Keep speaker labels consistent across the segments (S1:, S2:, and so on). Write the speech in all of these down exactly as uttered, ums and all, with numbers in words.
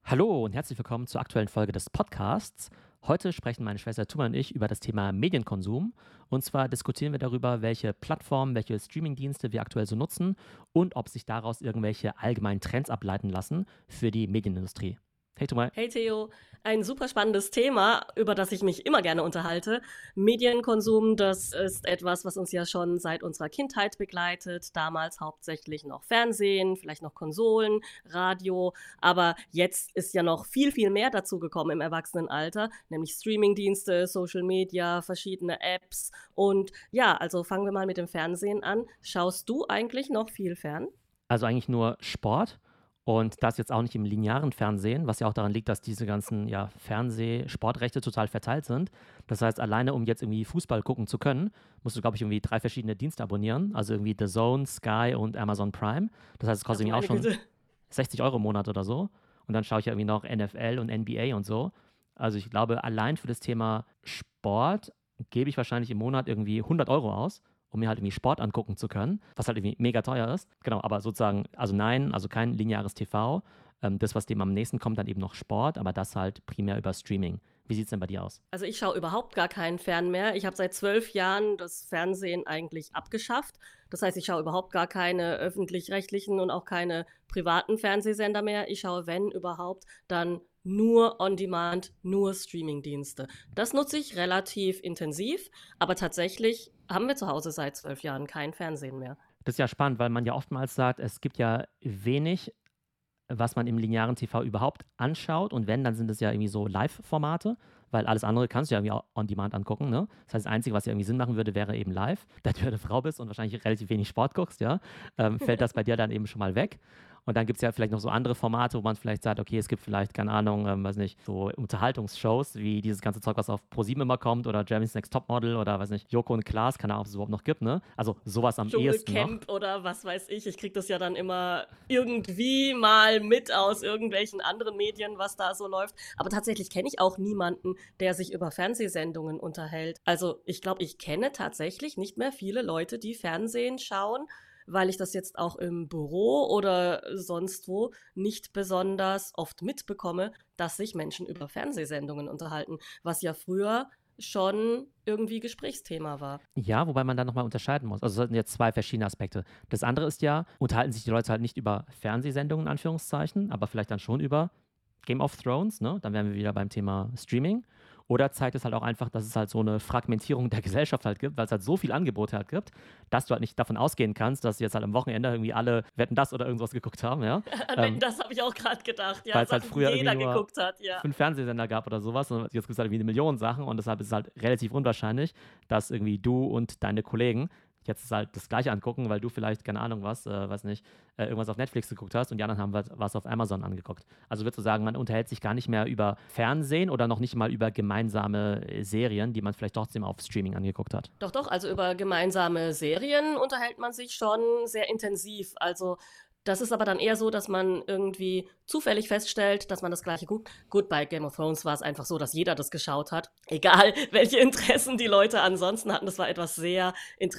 S1: Hallo und herzlich willkommen zur aktuellen Folge des Podcasts. Heute sprechen meine Schwester Tuma und ich über das Thema Medienkonsum. Und zwar diskutieren wir darüber, welche Plattformen, welche Streamingdienste wir aktuell so nutzen und ob sich daraus irgendwelche allgemeinen Trends ableiten lassen für die Medienindustrie. Hey Tuma.
S2: Hey Theo, ein super spannendes Thema, über das ich mich immer gerne unterhalte. Medienkonsum, das ist etwas, was uns ja schon seit unserer Kindheit begleitet. Damals hauptsächlich noch Fernsehen, vielleicht noch Konsolen, Radio. Aber jetzt ist ja noch viel, viel mehr dazu gekommen im Erwachsenenalter, nämlich Streamingdienste, Social Media, verschiedene Apps. Und ja, also fangen wir mal mit dem Fernsehen an. Schaust du eigentlich noch viel fern?
S1: Also eigentlich nur Sport. Und das jetzt auch nicht im linearen Fernsehen, was ja auch daran liegt, dass diese ganzen ja, Fernseh-Sportrechte total verteilt sind. Das heißt, alleine um jetzt irgendwie Fußball gucken zu können, musst du, glaube ich, irgendwie drei verschiedene Dienste abonnieren. Also irgendwie The Zone, Sky und Amazon Prime. Das heißt, es kostet
S2: Ach,
S1: irgendwie auch
S2: meine
S1: schon
S2: Güte.
S1: sechzig Euro im Monat oder so. Und dann schaue ich ja irgendwie noch N F L und N B A und so. Also ich glaube, allein für das Thema Sport gebe ich wahrscheinlich im Monat irgendwie hundert Euro aus, um mir halt irgendwie Sport angucken zu können, was halt irgendwie mega teuer ist. Genau, aber sozusagen, also nein, also kein lineares T V. Ähm, das, was dem am nächsten kommt, dann eben noch Sport, aber das halt primär über Streaming. Wie sieht es denn bei dir aus?
S2: Also ich schaue überhaupt gar keinen Fern mehr. Ich habe seit zwölf Jahren das Fernsehen eigentlich abgeschafft. Das heißt, ich schaue überhaupt gar keine öffentlich-rechtlichen und auch keine privaten Fernsehsender mehr. Ich schaue, wenn überhaupt, dann nur On-Demand, nur Streamingdienste. Das nutze ich relativ intensiv, aber tatsächlich haben wir zu Hause seit zwölf Jahren kein Fernsehen mehr.
S1: Das ist ja spannend, weil man ja oftmals sagt, es gibt ja wenig, was man im linearen T V überhaupt anschaut. Und wenn, dann sind es ja irgendwie so Live-Formate, weil alles andere kannst du ja irgendwie auch on demand angucken. Ne? Das heißt, das Einzige, was ja irgendwie Sinn machen würde, wäre eben live. Da du ja eine Frau bist und wahrscheinlich relativ wenig Sport guckst, ja, ähm, fällt das bei dir dann eben schon mal weg. Und dann gibt es ja vielleicht noch so andere Formate, wo man vielleicht sagt, okay, es gibt vielleicht, keine Ahnung, ähm, weiß nicht, so Unterhaltungsshows, wie dieses ganze Zeug, was auf ProSieben immer kommt oder Germany's Next Topmodel oder, weiß nicht, Joko und Klaas, keine Ahnung, ob es überhaupt noch gibt, ne? Also sowas am ehesten noch.
S2: Dschungelcamp oder was weiß ich. Ich kriege das ja dann immer irgendwie mal mit aus irgendwelchen anderen Medien, was da so läuft. Aber tatsächlich kenne ich auch niemanden, der sich über Fernsehsendungen unterhält. Also ich glaube, ich kenne tatsächlich nicht mehr viele Leute, die Fernsehen schauen, weil ich das jetzt auch im Büro oder sonst wo nicht besonders oft mitbekomme, dass sich Menschen über Fernsehsendungen unterhalten, was ja früher schon irgendwie Gesprächsthema war.
S1: Ja, wobei man da nochmal unterscheiden muss. Also es sind jetzt zwei verschiedene Aspekte. Das andere ist ja, unterhalten sich die Leute halt nicht über Fernsehsendungen, in Anführungszeichen, aber vielleicht dann schon über Game of Thrones, ne? Dann wären wir wieder beim Thema Streaming. Oder zeigt es halt auch einfach, dass es halt so eine Fragmentierung der Gesellschaft halt gibt, weil es halt so viel Angebot halt gibt, dass du halt nicht davon ausgehen kannst, dass jetzt halt am Wochenende irgendwie alle Wetten, das oder irgendwas geguckt haben, ja.
S2: An
S1: Ähm,
S2: Wetten, das habe ich auch gerade gedacht.
S1: weil
S2: Ja,
S1: es halt
S2: Sachen, die
S1: früher irgendwie
S2: jeder
S1: nur
S2: geguckt hat, ja.
S1: fünf Fernsehsender gab oder sowas. Und jetzt gibt es halt irgendwie eine Million Sachen und deshalb ist es halt relativ unwahrscheinlich, dass irgendwie du und deine Kollegen jetzt halt das Gleiche angucken, weil du vielleicht, keine Ahnung was, äh, weiß nicht, äh, irgendwas auf Netflix geguckt hast und die anderen haben was, was auf Amazon angeguckt. Also würdest du sagen, man unterhält sich gar nicht mehr über Fernsehen oder noch nicht mal über gemeinsame äh, Serien, die man vielleicht trotzdem auf Streaming angeguckt hat?
S2: Doch, doch, also über gemeinsame Serien unterhält man sich schon sehr intensiv. Also das ist aber dann eher so, dass man irgendwie zufällig feststellt, dass man das Gleiche guckt. Gut, bei Game of Thrones war es einfach so, dass jeder das geschaut hat. Egal, welche Interessen die Leute ansonsten hatten. Das war etwas sehr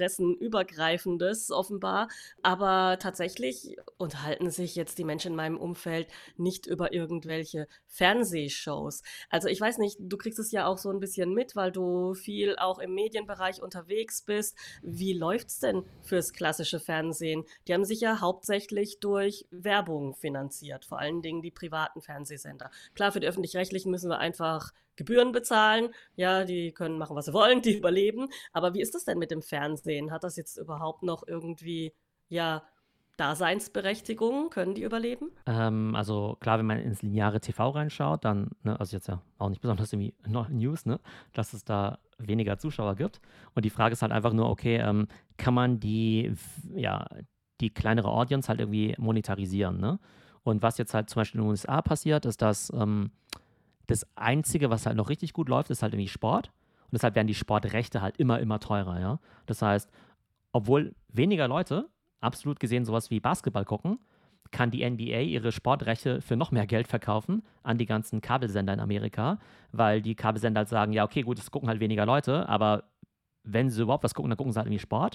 S2: interessenübergreifendes, offenbar. Aber tatsächlich unterhalten sich jetzt die Menschen in meinem Umfeld nicht über irgendwelche Fernsehshows. Also ich weiß nicht, du kriegst es ja auch so ein bisschen mit, weil du viel auch im Medienbereich unterwegs bist. Wie läuft's denn fürs klassische Fernsehen? Die haben sich ja hauptsächlich durch Werbung finanziert, vor allen Dingen die privaten Fernsehsender. Klar, für die öffentlich-rechtlichen müssen wir einfach Gebühren bezahlen. Ja, die können machen, was sie wollen, die überleben. Aber wie ist das denn mit dem Fernsehen? Hat das jetzt überhaupt noch irgendwie, ja, Daseinsberechtigung? Können die überleben?
S1: Ähm, also klar, wenn man ins lineare T V reinschaut, dann, ne, also jetzt ja auch nicht besonders irgendwie no- News, ne, dass es da weniger Zuschauer gibt. Und die Frage ist halt einfach nur, okay, ähm, kann man die, w- ja, die kleinere Audience halt irgendwie monetarisieren, ne? Und was jetzt halt zum Beispiel in den U S A passiert, ist, dass ähm, das Einzige, was halt noch richtig gut läuft, ist halt irgendwie Sport. Und deshalb werden die Sportrechte halt immer, immer teurer, ja. Das heißt, obwohl weniger Leute absolut gesehen sowas wie Basketball gucken, kann die N B A ihre Sportrechte für noch mehr Geld verkaufen an die ganzen Kabelsender in Amerika, weil die Kabelsender halt sagen, ja, okay, gut, es gucken halt weniger Leute, aber wenn sie überhaupt was gucken, dann gucken sie halt irgendwie Sport.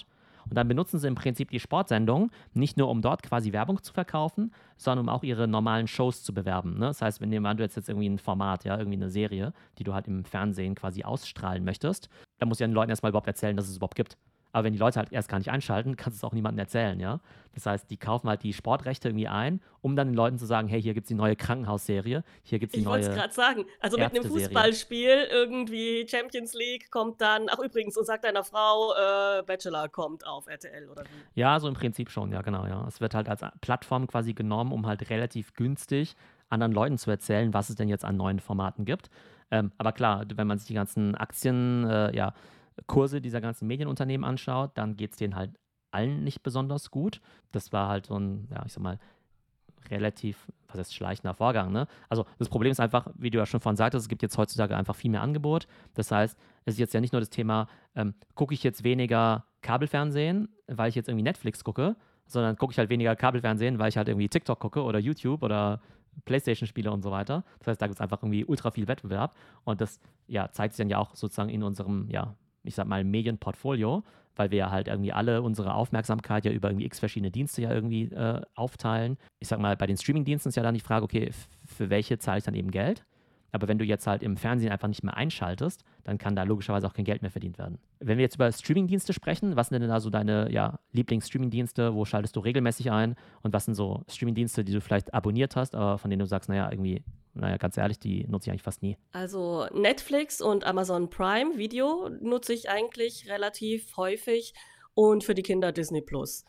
S1: Und dann benutzen sie im Prinzip die Sportsendung nicht nur, um dort quasi Werbung zu verkaufen, sondern um auch ihre normalen Shows zu bewerben. Ne? Das heißt, wenn jemand du jetzt, jetzt irgendwie ein Format, ja, irgendwie eine Serie, die du halt im Fernsehen quasi ausstrahlen möchtest, dann musst du ja den Leuten erstmal überhaupt erzählen, dass es überhaupt gibt. Aber wenn die Leute halt erst gar nicht einschalten, kannst du es auch niemandem erzählen, ja. Das heißt, die kaufen halt die Sportrechte irgendwie ein, um dann den Leuten zu sagen, hey, hier gibt es die neue Krankenhausserie, hier gibt es die
S2: Ich wollte es
S1: neue
S2: gerade sagen. Also mit einem
S1: Ärzteserie.
S2: Fußballspiel, irgendwie Champions League kommt dann, ach übrigens, und sagt deiner Frau, äh, Bachelor kommt auf R T L oder wie.
S1: Ja, so im Prinzip schon, ja, genau, ja. Es wird halt als Plattform quasi genommen, um halt relativ günstig anderen Leuten zu erzählen, was es denn jetzt an neuen Formaten gibt. Ähm, aber klar, wenn man sich die ganzen Aktien, äh, ja, Kurse dieser ganzen Medienunternehmen anschaut, dann geht es denen halt allen nicht besonders gut. Das war halt so ein, ja, ich sag mal, relativ, was heißt schleichender Vorgang, ne? Also das Problem ist einfach, wie du ja schon vorhin sagtest, es gibt jetzt heutzutage einfach viel mehr Angebot. Das heißt, es ist jetzt ja nicht nur das Thema, ähm, gucke ich jetzt weniger Kabelfernsehen, weil ich jetzt irgendwie Netflix gucke, sondern gucke ich halt weniger Kabelfernsehen, weil ich halt irgendwie TikTok gucke oder YouTube oder PlayStation-Spiele und so weiter. Das heißt, da gibt es einfach irgendwie ultra viel Wettbewerb und das ja, zeigt sich dann ja auch sozusagen in unserem, ja, ich sag mal, Medienportfolio, weil wir ja halt irgendwie alle unsere Aufmerksamkeit ja über irgendwie x verschiedene Dienste ja irgendwie äh, aufteilen. Ich sag mal, bei den Streaming-Diensten ist ja dann die Frage, okay, f- für welche zahle ich dann eben Geld? Aber wenn du jetzt halt im Fernsehen einfach nicht mehr einschaltest, dann kann da logischerweise auch kein Geld mehr verdient werden. Wenn wir jetzt über Streaming-Dienste sprechen, was sind denn da so deine ja, Lieblings-Streaming-Dienste? Wo schaltest du regelmäßig ein? Und was sind so Streaming-Dienste, die du vielleicht abonniert hast, aber von denen du sagst, naja, irgendwie, naja, ganz ehrlich, die nutze ich eigentlich fast nie.
S2: Also Netflix und Amazon Prime Video nutze ich eigentlich relativ häufig und für die Kinder Disney Plus.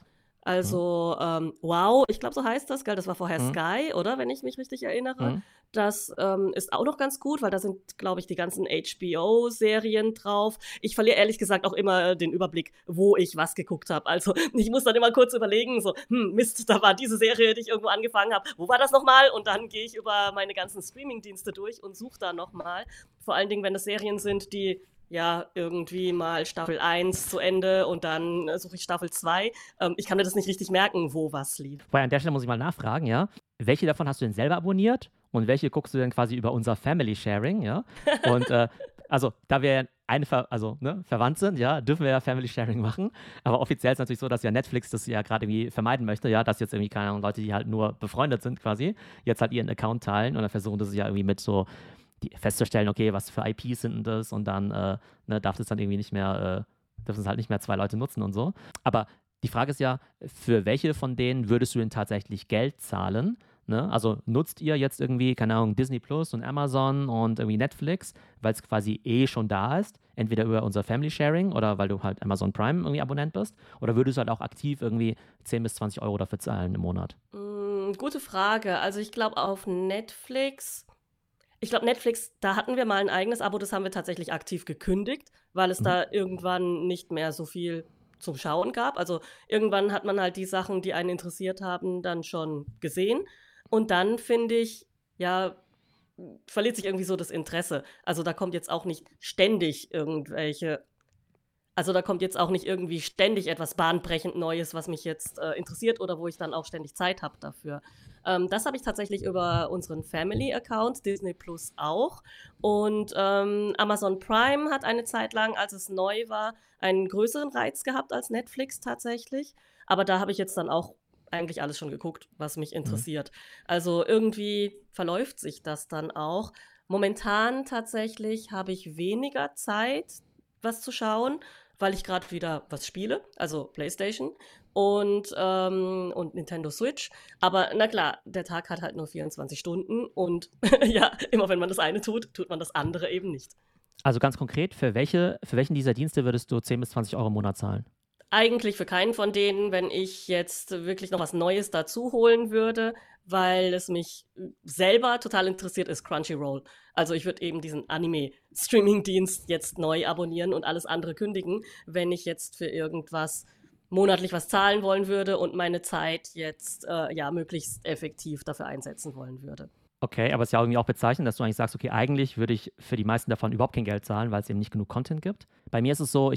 S2: Also ähm, Wow, ich glaube, so heißt das, gell? Das war vorher
S1: Mhm.
S2: Sky, oder? Wenn ich mich richtig erinnere.
S1: Mhm.
S2: Das ähm, ist auch noch ganz gut, weil da sind, glaube ich, die ganzen H B O-Serien drauf. Ich verliere ehrlich gesagt auch immer den Überblick, wo ich was geguckt habe. Also ich muss dann immer kurz überlegen, so, hm, Mist, da war diese Serie, die ich irgendwo angefangen habe. Wo war das nochmal? Und dann gehe ich über meine ganzen Streaming-Dienste durch und suche da nochmal. Vor allen Dingen, wenn es Serien sind, die ja irgendwie mal Staffel eins zu Ende und dann äh, suche ich Staffel zwei. Ähm, ich kann mir das nicht richtig merken, wo was lief.
S1: Weil an der Stelle muss ich mal nachfragen, ja. Welche davon hast du denn selber abonniert und welche guckst du denn quasi über unser Family Sharing, ja? Und äh, also, da wir ja eine Ver also, ne, verwandt sind, ja, dürfen wir ja Family Sharing machen. Aber offiziell ist es natürlich so, dass ja Netflix das ja gerade irgendwie vermeiden möchte, ja, dass jetzt irgendwie, keine Ahnung, Leute, die halt nur befreundet sind quasi, jetzt halt ihren Account teilen und dann versuchen das ja irgendwie mit so die festzustellen, okay, was für I Ps sind denn das und dann äh, ne, darf das dann irgendwie nicht mehr, äh, dürfen es halt nicht mehr zwei Leute nutzen und so. Aber die Frage ist ja, für welche von denen würdest du denn tatsächlich Geld zahlen? Ne? Also nutzt ihr jetzt irgendwie, keine Ahnung, Disney Plus und Amazon und irgendwie Netflix, weil es quasi eh schon da ist, entweder über unser Family Sharing oder weil du halt Amazon Prime irgendwie Abonnent bist, oder würdest du halt auch aktiv irgendwie zehn bis zwanzig Euro dafür zahlen im Monat?
S2: Mm, gute Frage. Also ich glaube auf Netflix, ich glaube Netflix, da hatten wir mal ein eigenes Abo, das haben wir tatsächlich aktiv gekündigt, weil es
S1: Mhm.
S2: da irgendwann nicht mehr so viel zum Schauen gab. Also irgendwann hat man halt die Sachen, die einen interessiert haben, dann schon gesehen. Und dann finde ich, ja, verliert sich irgendwie so das Interesse. Also da kommt jetzt auch nicht ständig irgendwelche, also da kommt jetzt auch nicht irgendwie ständig etwas bahnbrechend Neues, was mich jetzt äh, interessiert oder wo ich dann auch ständig Zeit habe dafür. Ähm, das habe ich tatsächlich über unseren Family-Account, Disney Plus auch. Und ähm, Amazon Prime hat eine Zeit lang, als es neu war, einen größeren Reiz gehabt als Netflix tatsächlich. Aber da habe ich jetzt dann auch eigentlich alles schon geguckt, was mich
S1: Mhm.
S2: interessiert. Also irgendwie verläuft sich das dann auch. Momentan tatsächlich habe ich weniger Zeit, was zu schauen, weil ich gerade wieder was spiele, also PlayStation und, ähm, und Nintendo Switch. Aber na klar, der Tag hat halt nur vierundzwanzig Stunden und ja, immer wenn man das eine tut, tut man das andere eben nicht.
S1: Also ganz konkret, für welche, für welchen dieser Dienste würdest du zehn bis zwanzig Euro im Monat zahlen?
S2: Eigentlich für keinen von denen, wenn ich jetzt wirklich noch was Neues dazu holen würde, weil es mich selber total interessiert, ist Crunchyroll. Also ich würde eben diesen Anime-Streaming-Dienst jetzt neu abonnieren und alles andere kündigen, wenn ich jetzt für irgendwas monatlich was zahlen wollen würde und meine Zeit jetzt äh, ja möglichst effektiv dafür einsetzen wollen würde.
S1: Okay, aber es ist ja irgendwie auch bezeichnend, dass du eigentlich sagst, okay, eigentlich würde ich für die meisten davon überhaupt kein Geld zahlen, weil es eben nicht genug Content gibt. Bei mir ist es so, ich habe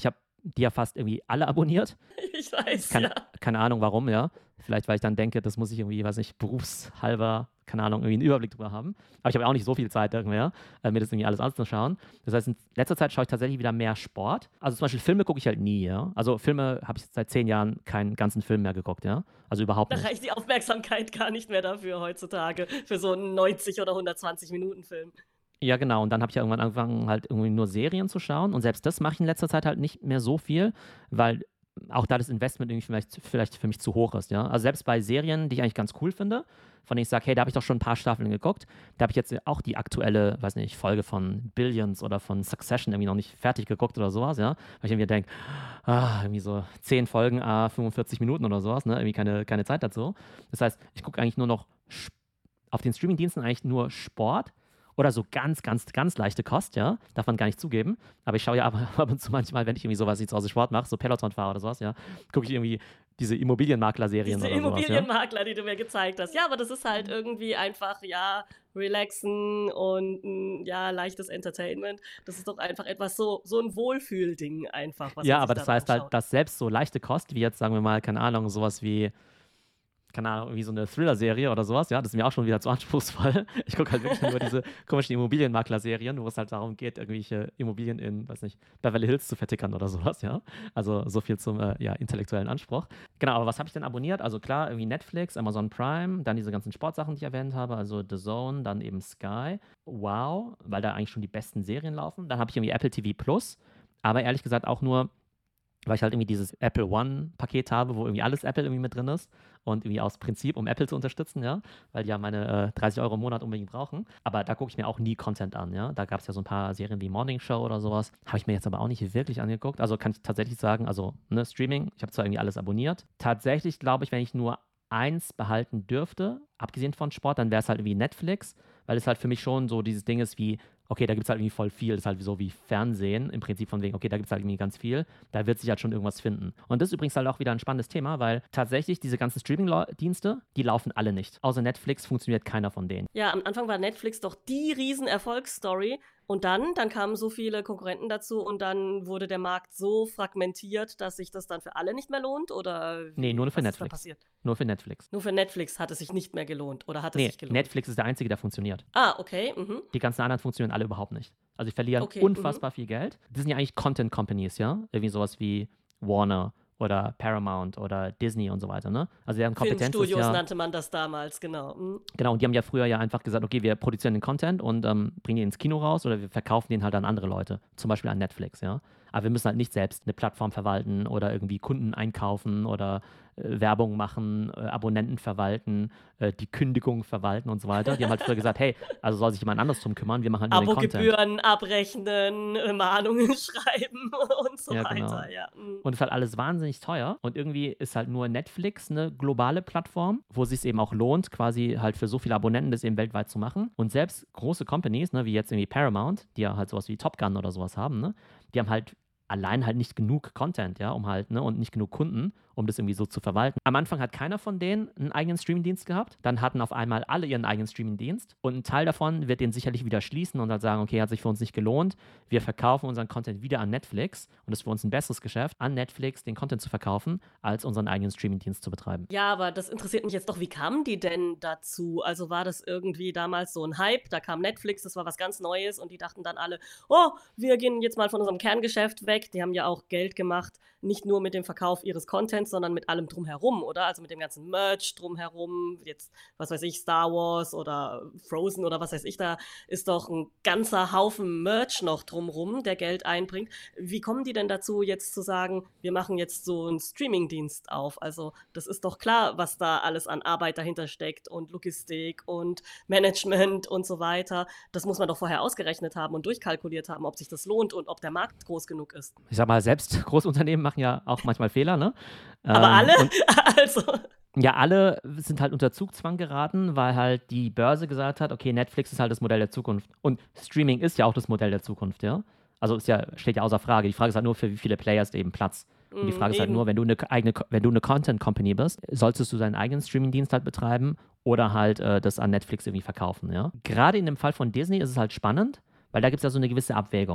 S1: die ja fast irgendwie alle abonniert.
S2: Ich weiß,
S1: keine,
S2: ja.
S1: keine Ahnung warum, ja. Vielleicht, weil ich dann denke, das muss ich irgendwie, weiß nicht, berufshalber, keine Ahnung, irgendwie einen Überblick drüber haben. Aber ich habe auch nicht so viel Zeit irgendwer, äh, mir das irgendwie alles anzuschauen. Das heißt, in letzter Zeit schaue ich tatsächlich wieder mehr Sport. Also zum Beispiel Filme gucke ich halt nie, ja. Also Filme habe ich seit zehn Jahren keinen ganzen Film mehr geguckt, ja. Also überhaupt
S2: Da
S1: nicht.
S2: reicht die Aufmerksamkeit gar nicht mehr dafür heutzutage, für so einen neunzig- oder hundertzwanzig-Minuten-Film.
S1: Ja, genau. Und dann habe ich ja irgendwann angefangen, halt irgendwie nur Serien zu schauen. Und selbst das mache ich in letzter Zeit halt nicht mehr so viel, weil auch da das Investment irgendwie vielleicht, vielleicht für mich zu hoch ist, ja. Also selbst bei Serien, die ich eigentlich ganz cool finde, von denen ich sage, hey, da habe ich doch schon ein paar Staffeln geguckt, da habe ich jetzt auch die aktuelle, weiß nicht, Folge von Billions oder von Succession irgendwie noch nicht fertig geguckt oder sowas, ja. Weil ich irgendwie denke, ah, irgendwie so zehn Folgen, ah, fünfundvierzig Minuten oder sowas, ne, irgendwie keine, keine Zeit dazu. Das heißt, ich gucke eigentlich nur noch Sp- auf den Streamingdiensten eigentlich nur Sport oder so ganz, ganz, ganz leichte Kost, ja, darf man gar nicht zugeben. Aber ich schaue ja ab, ab und zu manchmal, wenn ich irgendwie sowas wie zu Hause Sport mache, so Peloton fahre oder sowas, ja, gucke ich irgendwie diese Immobilienmakler-Serien
S2: Diese
S1: oder sowas, ja.
S2: Immobilienmakler, die du mir gezeigt hast. Ja, aber das ist halt irgendwie einfach, ja, relaxen und mm, ja, leichtes Entertainment. Das ist doch einfach etwas so, so ein Wohlfühlding einfach, was
S1: Ja,
S2: man sich
S1: aber
S2: da
S1: das heißt halt,
S2: anschaut.
S1: dass selbst so leichte Kost, wie jetzt, sagen wir mal, keine Ahnung, sowas wie, keine Ahnung, wie so eine Thriller-Serie oder sowas, ja, das ist mir auch schon wieder zu anspruchsvoll. Ich gucke halt wirklich nur diese komischen Immobilienmakler-Serien, wo es halt darum geht, irgendwelche Immobilien in, weiß nicht, Beverly Hills zu vertickern oder sowas, ja. Also so viel zum äh, ja, intellektuellen Anspruch. Genau, aber was habe ich denn abonniert? Also klar, irgendwie Netflix, Amazon Prime, dann diese ganzen Sportsachen, die ich erwähnt habe, also The Zone, dann eben Sky. Wow, weil da eigentlich schon die besten Serien laufen. Dann habe ich irgendwie Apple T V Plus, aber ehrlich gesagt auch nur, weil ich halt irgendwie dieses Apple One-Paket habe, wo irgendwie alles Apple irgendwie mit drin ist und irgendwie aus Prinzip, um Apple zu unterstützen, ja, weil die ja meine äh, dreißig Euro im Monat unbedingt brauchen. Aber da gucke ich mir auch nie Content an, ja. Da gab es ja so ein paar Serien wie Morning Show oder sowas. Habe ich mir jetzt aber auch nicht wirklich angeguckt. Also kann ich tatsächlich sagen, also ne, Streaming, ich habe zwar irgendwie alles abonniert. Tatsächlich glaube ich, wenn ich nur eins behalten dürfte, abgesehen von Sport, dann wäre es halt irgendwie Netflix, weil es halt für mich schon so dieses Ding ist wie, okay, da gibt es halt irgendwie voll viel. Das ist halt so wie Fernsehen, im Prinzip von wegen, okay, da gibt es halt irgendwie ganz viel. Da wird sich halt schon irgendwas finden. Und das ist übrigens halt auch wieder ein spannendes Thema, weil tatsächlich diese ganzen Streaming-Dienste, die laufen alle nicht. Außer Netflix funktioniert keiner von denen.
S2: Ja, am Anfang war Netflix doch die Riesen-Erfolgsstory. Und dann, dann kamen so viele Konkurrenten dazu und dann wurde der Markt so fragmentiert, dass sich das dann für alle nicht mehr lohnt? Oder wie,
S1: Nee, nur für
S2: was ist da
S1: Netflix.
S2: passiert?
S1: Nur für Netflix.
S2: Nur für Netflix hat es sich nicht mehr gelohnt oder hat es
S1: Nee,
S2: sich gelohnt?
S1: Netflix ist der einzige, der funktioniert.
S2: Ah, okay. Mhm.
S1: Die ganzen anderen funktionieren alle überhaupt nicht. Also die verlieren
S2: Okay,
S1: unfassbar viel Geld. Das sind ja eigentlich Content Companies, ja? Irgendwie sowas wie Warner oder Paramount oder Disney und so weiter, ne? Also deren Kompetenz ist
S2: Filmstudios
S1: ja,
S2: nannte man das damals, genau. Mhm.
S1: genau, und die haben ja früher ja einfach gesagt, okay, wir produzieren den Content und ähm, bringen ihn ins Kino raus oder wir verkaufen den halt an andere Leute, zum Beispiel an Netflix, ja. Aber wir müssen halt nicht selbst eine Plattform verwalten oder irgendwie Kunden einkaufen oder äh, Werbung machen, äh, Abonnenten verwalten, äh, die Kündigung verwalten und so weiter. Die haben halt früher gesagt, hey, also soll sich jemand anders drum kümmern, wir machen halt nur den Content.
S2: Abogebühren abrechnen, äh, Mahnungen schreiben und so
S1: Ja,
S2: weiter.
S1: genau.
S2: Ja. Mhm.
S1: Und es ist halt alles wahnsinnig teuer. Und irgendwie ist halt nur Netflix eine globale Plattform, wo es sich eben auch lohnt, quasi halt für so viele Abonnenten das eben weltweit zu machen. Und selbst große Companies, ne, wie jetzt irgendwie Paramount, die ja halt sowas wie Top Gun oder sowas haben, ne, die haben halt allein halt nicht genug Content, ja, um halt, ne, und nicht genug Kunden, um das irgendwie so zu verwalten. Am Anfang hat keiner von denen einen eigenen Streamingdienst gehabt. Dann hatten auf einmal alle ihren eigenen Streamingdienst. Und ein Teil davon wird den sicherlich wieder schließen und dann sagen, okay, hat sich für uns nicht gelohnt. Wir verkaufen unseren Content wieder an Netflix. Und es ist für uns ein besseres Geschäft, an Netflix den Content zu verkaufen, als unseren eigenen Streamingdienst zu betreiben.
S2: Ja, aber das interessiert mich jetzt doch. Wie kamen die denn dazu? Also war das irgendwie damals so ein Hype? Da kam Netflix, das war was ganz Neues und die dachten dann alle, oh, wir gehen jetzt mal von unserem Kerngeschäft weg. Die haben ja auch Geld gemacht, nicht nur mit dem Verkauf ihres Contents, sondern mit allem drumherum, oder? Also mit dem ganzen Merch drumherum, jetzt, was weiß ich, Star Wars oder Frozen oder was weiß ich, da ist doch ein ganzer Haufen Merch noch drumherum, der Geld einbringt. Wie kommen die denn dazu, jetzt zu sagen, wir machen jetzt so einen Streamingdienst auf? Also das ist doch klar, was da alles an Arbeit dahinter steckt und Logistik und Management und so weiter. Das muss man doch vorher ausgerechnet haben und durchkalkuliert haben, ob sich das lohnt und ob der Markt groß genug ist.
S1: Ich sag mal, selbst Großunternehmen machen ja auch manchmal Fehler, ne?
S2: Aber
S1: Ähm,
S2: alle?
S1: Und
S2: Also,
S1: ja, alle sind halt unter Zugzwang geraten, weil halt die Börse gesagt hat, okay, Netflix ist halt das Modell der Zukunft. Und Streaming ist ja auch das Modell der Zukunft, ja. Also ist ja, steht ja außer Frage. Die Frage ist halt nur, für wie viele Players eben Platz. Und die
S2: mm,
S1: Frage ist halt
S2: eben.
S1: nur, wenn du eine eigene, wenn du eine Content Company bist, solltest du deinen eigenen Streaming-Dienst halt betreiben oder halt äh, das an Netflix irgendwie verkaufen, ja. Gerade in dem Fall von Disney ist es halt spannend, weil da gibt es ja so eine gewisse Abwägung.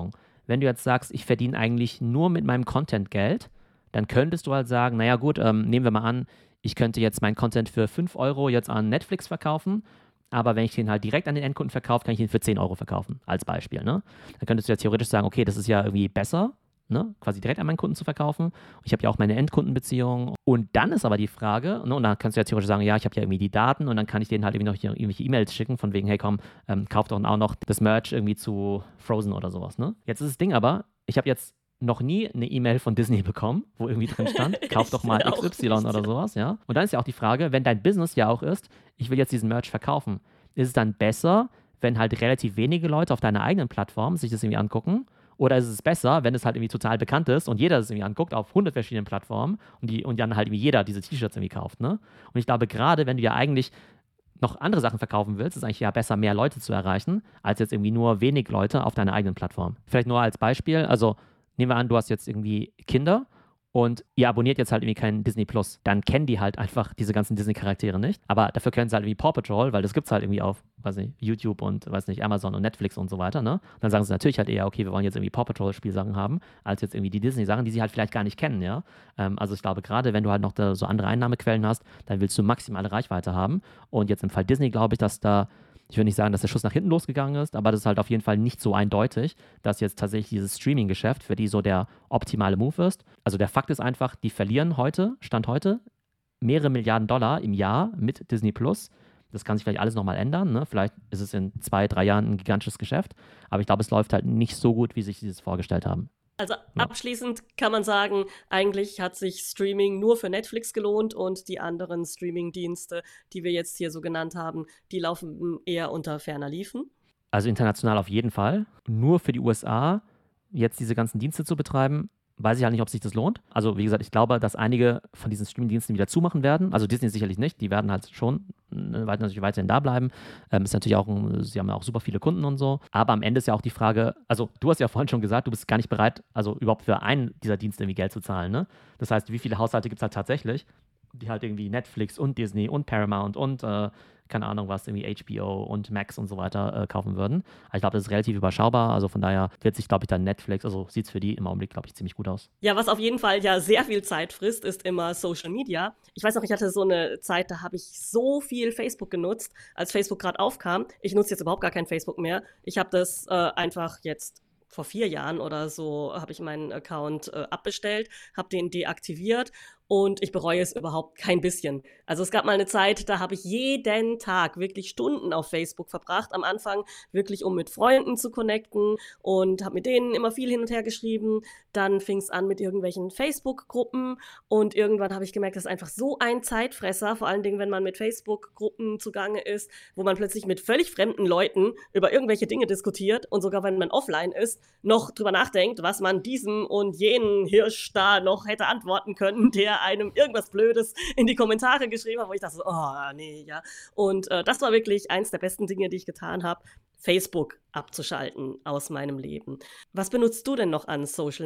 S1: wenn du jetzt sagst, ich verdiene eigentlich nur mit meinem Content Geld, dann könntest du halt sagen, naja gut, ähm, nehmen wir mal an, ich könnte jetzt meinen Content für fünf Euro jetzt an Netflix verkaufen, aber wenn ich den halt direkt an den Endkunden verkaufe, kann ich ihn für zehn Euro verkaufen, als Beispiel. Ne? Dann könntest du ja theoretisch sagen, okay, das ist ja irgendwie besser, ne? Quasi direkt an meinen Kunden zu verkaufen. Ich habe ja auch meine Endkundenbeziehung. Und dann ist aber die Frage, ne? Und dann kannst du ja theoretisch sagen, ja, ich habe ja irgendwie die Daten und dann kann ich denen halt irgendwie noch hier irgendwelche E-Mails schicken, von wegen, hey komm, ähm, kauf doch auch noch das Merch irgendwie zu Frozen oder sowas. Ne? Jetzt ist das Ding aber, ich habe jetzt noch nie eine E-Mail von Disney bekommen, wo irgendwie drin stand, kauf doch mal X Y oder sowas, ja. Und dann ist ja auch die Frage, wenn dein Business ja auch ist, ich will jetzt diesen Merch verkaufen, ist es dann besser, wenn halt relativ wenige Leute auf deiner eigenen Plattform sich das irgendwie angucken? Oder ist es besser, wenn es halt irgendwie total bekannt ist und jeder es irgendwie anguckt auf hundert verschiedenen Plattformen und, die, und dann halt irgendwie jeder diese T-Shirts irgendwie kauft, ne? Und ich glaube, gerade wenn du ja eigentlich noch andere Sachen verkaufen willst, ist eigentlich ja besser, mehr Leute zu erreichen, als jetzt irgendwie nur wenig Leute auf deiner eigenen Plattform. Vielleicht nur als Beispiel, also nehmen wir an, du hast jetzt irgendwie Kinder und ihr abonniert jetzt halt irgendwie keinen Disney Plus. Dann kennen die halt einfach diese ganzen Disney-Charaktere nicht. Aber dafür kennen sie halt irgendwie Paw Patrol, weil das gibt es halt irgendwie auf, weiß nicht, YouTube und, weiß nicht, Amazon und Netflix und so weiter, ne? Und dann sagen sie natürlich halt eher, okay, wir wollen jetzt irgendwie Paw Patrol-Spielsachen haben, als jetzt irgendwie die Disney-Sachen, die sie halt vielleicht gar nicht kennen, ja? Ähm, also ich glaube, gerade wenn du halt noch da so andere Einnahmequellen hast, dann willst du maximale Reichweite haben. Und jetzt im Fall Disney glaube ich, dass da ich will nicht sagen, dass der Schuss nach hinten losgegangen ist, aber das ist halt auf jeden Fall nicht so eindeutig, dass jetzt tatsächlich dieses Streaming-Geschäft für die so der optimale Move ist. Also der Fakt ist einfach, die verlieren heute, Stand heute, mehrere Milliarden Dollar im Jahr mit Disney Plus. Das kann sich vielleicht alles nochmal ändern. Ne? Vielleicht ist es in zwei, drei Jahren ein gigantisches Geschäft. Aber ich glaube, es läuft halt nicht so gut, wie sich sie das vorgestellt haben.
S2: Also abschließend kann man sagen, eigentlich hat sich Streaming nur für Netflix gelohnt und die anderen Streaming-Dienste, die wir jetzt hier so genannt haben, die laufen eher unter ferner Liefen.
S1: Also international auf jeden Fall. Nur für die U S A jetzt diese ganzen Dienste zu betreiben, weiß ich halt nicht, ob sich das lohnt. Also wie gesagt, ich glaube, dass einige von diesen Streaming-Diensten wieder zumachen werden. Also Disney sicherlich nicht, die werden halt schon ne, natürlich weiterhin da bleiben. Ähm, ist natürlich auch, ein, sie haben ja auch super viele Kunden und so. Aber am Ende ist ja auch die Frage, also du hast ja vorhin schon gesagt, du bist gar nicht bereit, also überhaupt für einen dieser Dienste irgendwie Geld zu zahlen. Ne? Das heißt, wie viele Haushalte gibt es halt tatsächlich, die halt irgendwie Netflix und Disney und Paramount und äh, keine Ahnung was, irgendwie H B O und Max und so weiter äh, kaufen würden. Aber ich glaube, das ist relativ überschaubar. Also von daher wird sich, glaube ich, dann Netflix, also sieht es für die im Augenblick, glaube ich, ziemlich gut aus.
S2: Ja, was auf jeden Fall ja sehr viel Zeit frisst, ist immer Social Media. Ich weiß noch, ich hatte so eine Zeit, da habe ich so viel Facebook genutzt, als Facebook gerade aufkam. Ich nutze jetzt überhaupt gar kein Facebook mehr. Ich habe das äh, einfach jetzt vor vier Jahren oder so habe ich meinen Account äh, abbestellt, habe den deaktiviert und ich bereue es überhaupt kein bisschen. Also es gab mal eine Zeit, da habe ich jeden Tag wirklich Stunden auf Facebook verbracht. Am Anfang wirklich, um mit Freunden zu connecten und habe mit denen immer viel hin und her geschrieben. Dann fing es an mit irgendwelchen Facebook-Gruppen und irgendwann habe ich gemerkt, das ist einfach so ein Zeitfresser, vor allen Dingen, wenn man mit Facebook-Gruppen zugange ist, wo man plötzlich mit völlig fremden Leuten über irgendwelche Dinge diskutiert und sogar, wenn man offline ist, noch drüber nachdenkt, was man diesem und jenen Hirsch da noch hätte antworten können, der einem irgendwas Blödes in die Kommentare geschrieben hat, wo ich dachte so, oh, nee, ja. Und äh, das war wirklich eins der besten Dinge, die ich getan habe, Facebook abzuschalten aus meinem Leben. Was benutzt du denn noch an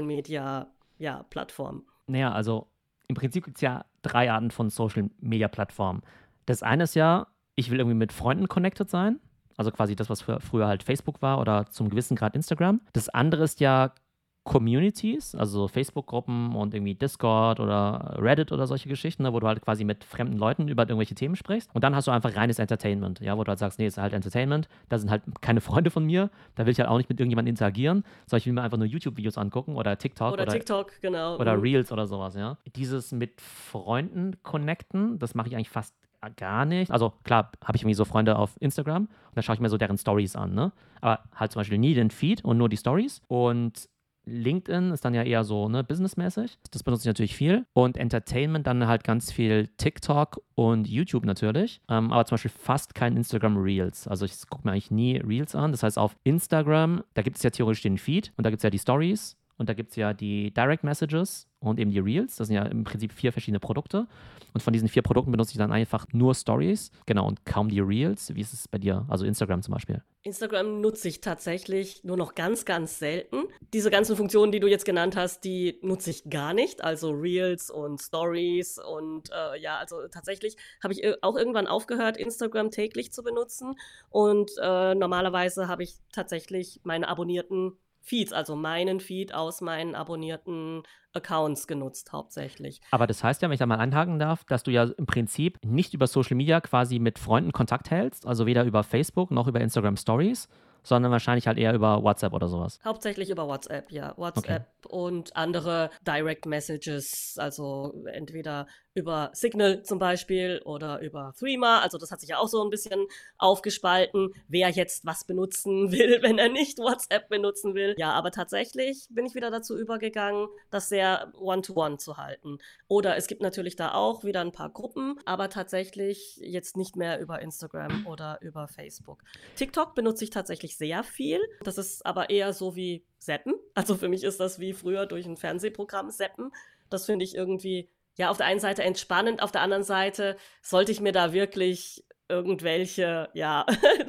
S2: Social-Media-Plattformen?
S1: Naja, also im Prinzip gibt es ja drei Arten von Social-Media-Plattformen. Das eine ist ja, ich will irgendwie mit Freunden connected sein. Also quasi das, was früher halt Facebook war oder zum gewissen Grad Instagram. Das andere ist ja Communities, also Facebook-Gruppen und irgendwie Discord oder Reddit oder solche Geschichten, ne, wo du halt quasi mit fremden Leuten über irgendwelche Themen sprichst. Und dann hast du einfach reines Entertainment, ja, wo du halt sagst, nee, es ist halt Entertainment, da sind halt keine Freunde von mir, da will ich halt auch nicht mit irgendjemandem interagieren, sondern ich will mir einfach nur YouTube-Videos angucken oder TikTok
S2: oder,
S1: oder
S2: TikTok, genau.
S1: Oder
S2: mhm.
S1: Reels oder sowas, ja. Dieses mit Freunden connecten, das mache ich eigentlich fast gar nicht. Also klar, habe ich irgendwie so Freunde auf Instagram und dann schaue ich mir so deren Stories an, ne? Aber halt zum Beispiel nie den Feed und nur die Stories. Und LinkedIn ist dann ja eher so, ne, businessmäßig. Das benutze ich natürlich viel. Und Entertainment dann halt ganz viel TikTok und YouTube natürlich. Ähm, aber zum Beispiel fast kein Instagram Reels. Also ich gucke mir eigentlich nie Reels an. Das heißt, auf Instagram, da gibt es ja theoretisch den Feed und da gibt es ja die Stories. Und da gibt es ja die Direct Messages und eben die Reels. Das sind ja im Prinzip vier verschiedene Produkte. Und von diesen vier Produkten benutze ich dann einfach nur Stories. Genau, und kaum die Reels. Wie ist es bei dir? Also Instagram zum Beispiel.
S2: Instagram nutze ich tatsächlich nur noch ganz, ganz selten. Diese ganzen Funktionen, die du jetzt genannt hast, die nutze ich gar nicht. Also Reels und Stories. Und äh, ja, also tatsächlich habe ich auch irgendwann aufgehört, Instagram täglich zu benutzen. Und äh, normalerweise habe ich tatsächlich meine abonnierten Feeds, also meinen Feed aus meinen abonnierten Accounts genutzt hauptsächlich.
S1: Aber das heißt ja, wenn ich da mal anhaken darf, dass du ja im Prinzip nicht über Social Media quasi mit Freunden Kontakt hältst, also weder über Facebook noch über Instagram Stories, sondern wahrscheinlich halt eher über WhatsApp oder sowas.
S2: Hauptsächlich über WhatsApp, ja. WhatsApp okay. Und andere Direct Messages, also entweder über Signal zum Beispiel oder über Threema. Also das hat sich ja auch so ein bisschen aufgespalten, wer jetzt was benutzen will, wenn er nicht WhatsApp benutzen will. Ja, aber tatsächlich bin ich wieder dazu übergegangen, das sehr One-to-One zu halten. Oder es gibt natürlich da auch wieder ein paar Gruppen, aber tatsächlich jetzt nicht mehr über Instagram oder über Facebook. TikTok benutze ich tatsächlich sehr viel. Das ist aber eher so wie Zappen. Also für mich ist das wie früher durch ein Fernsehprogramm Zappen. Das finde ich irgendwie, ja, auf der einen Seite entspannend, auf der anderen Seite sollte ich mir da wirklich irgendwelche, ja,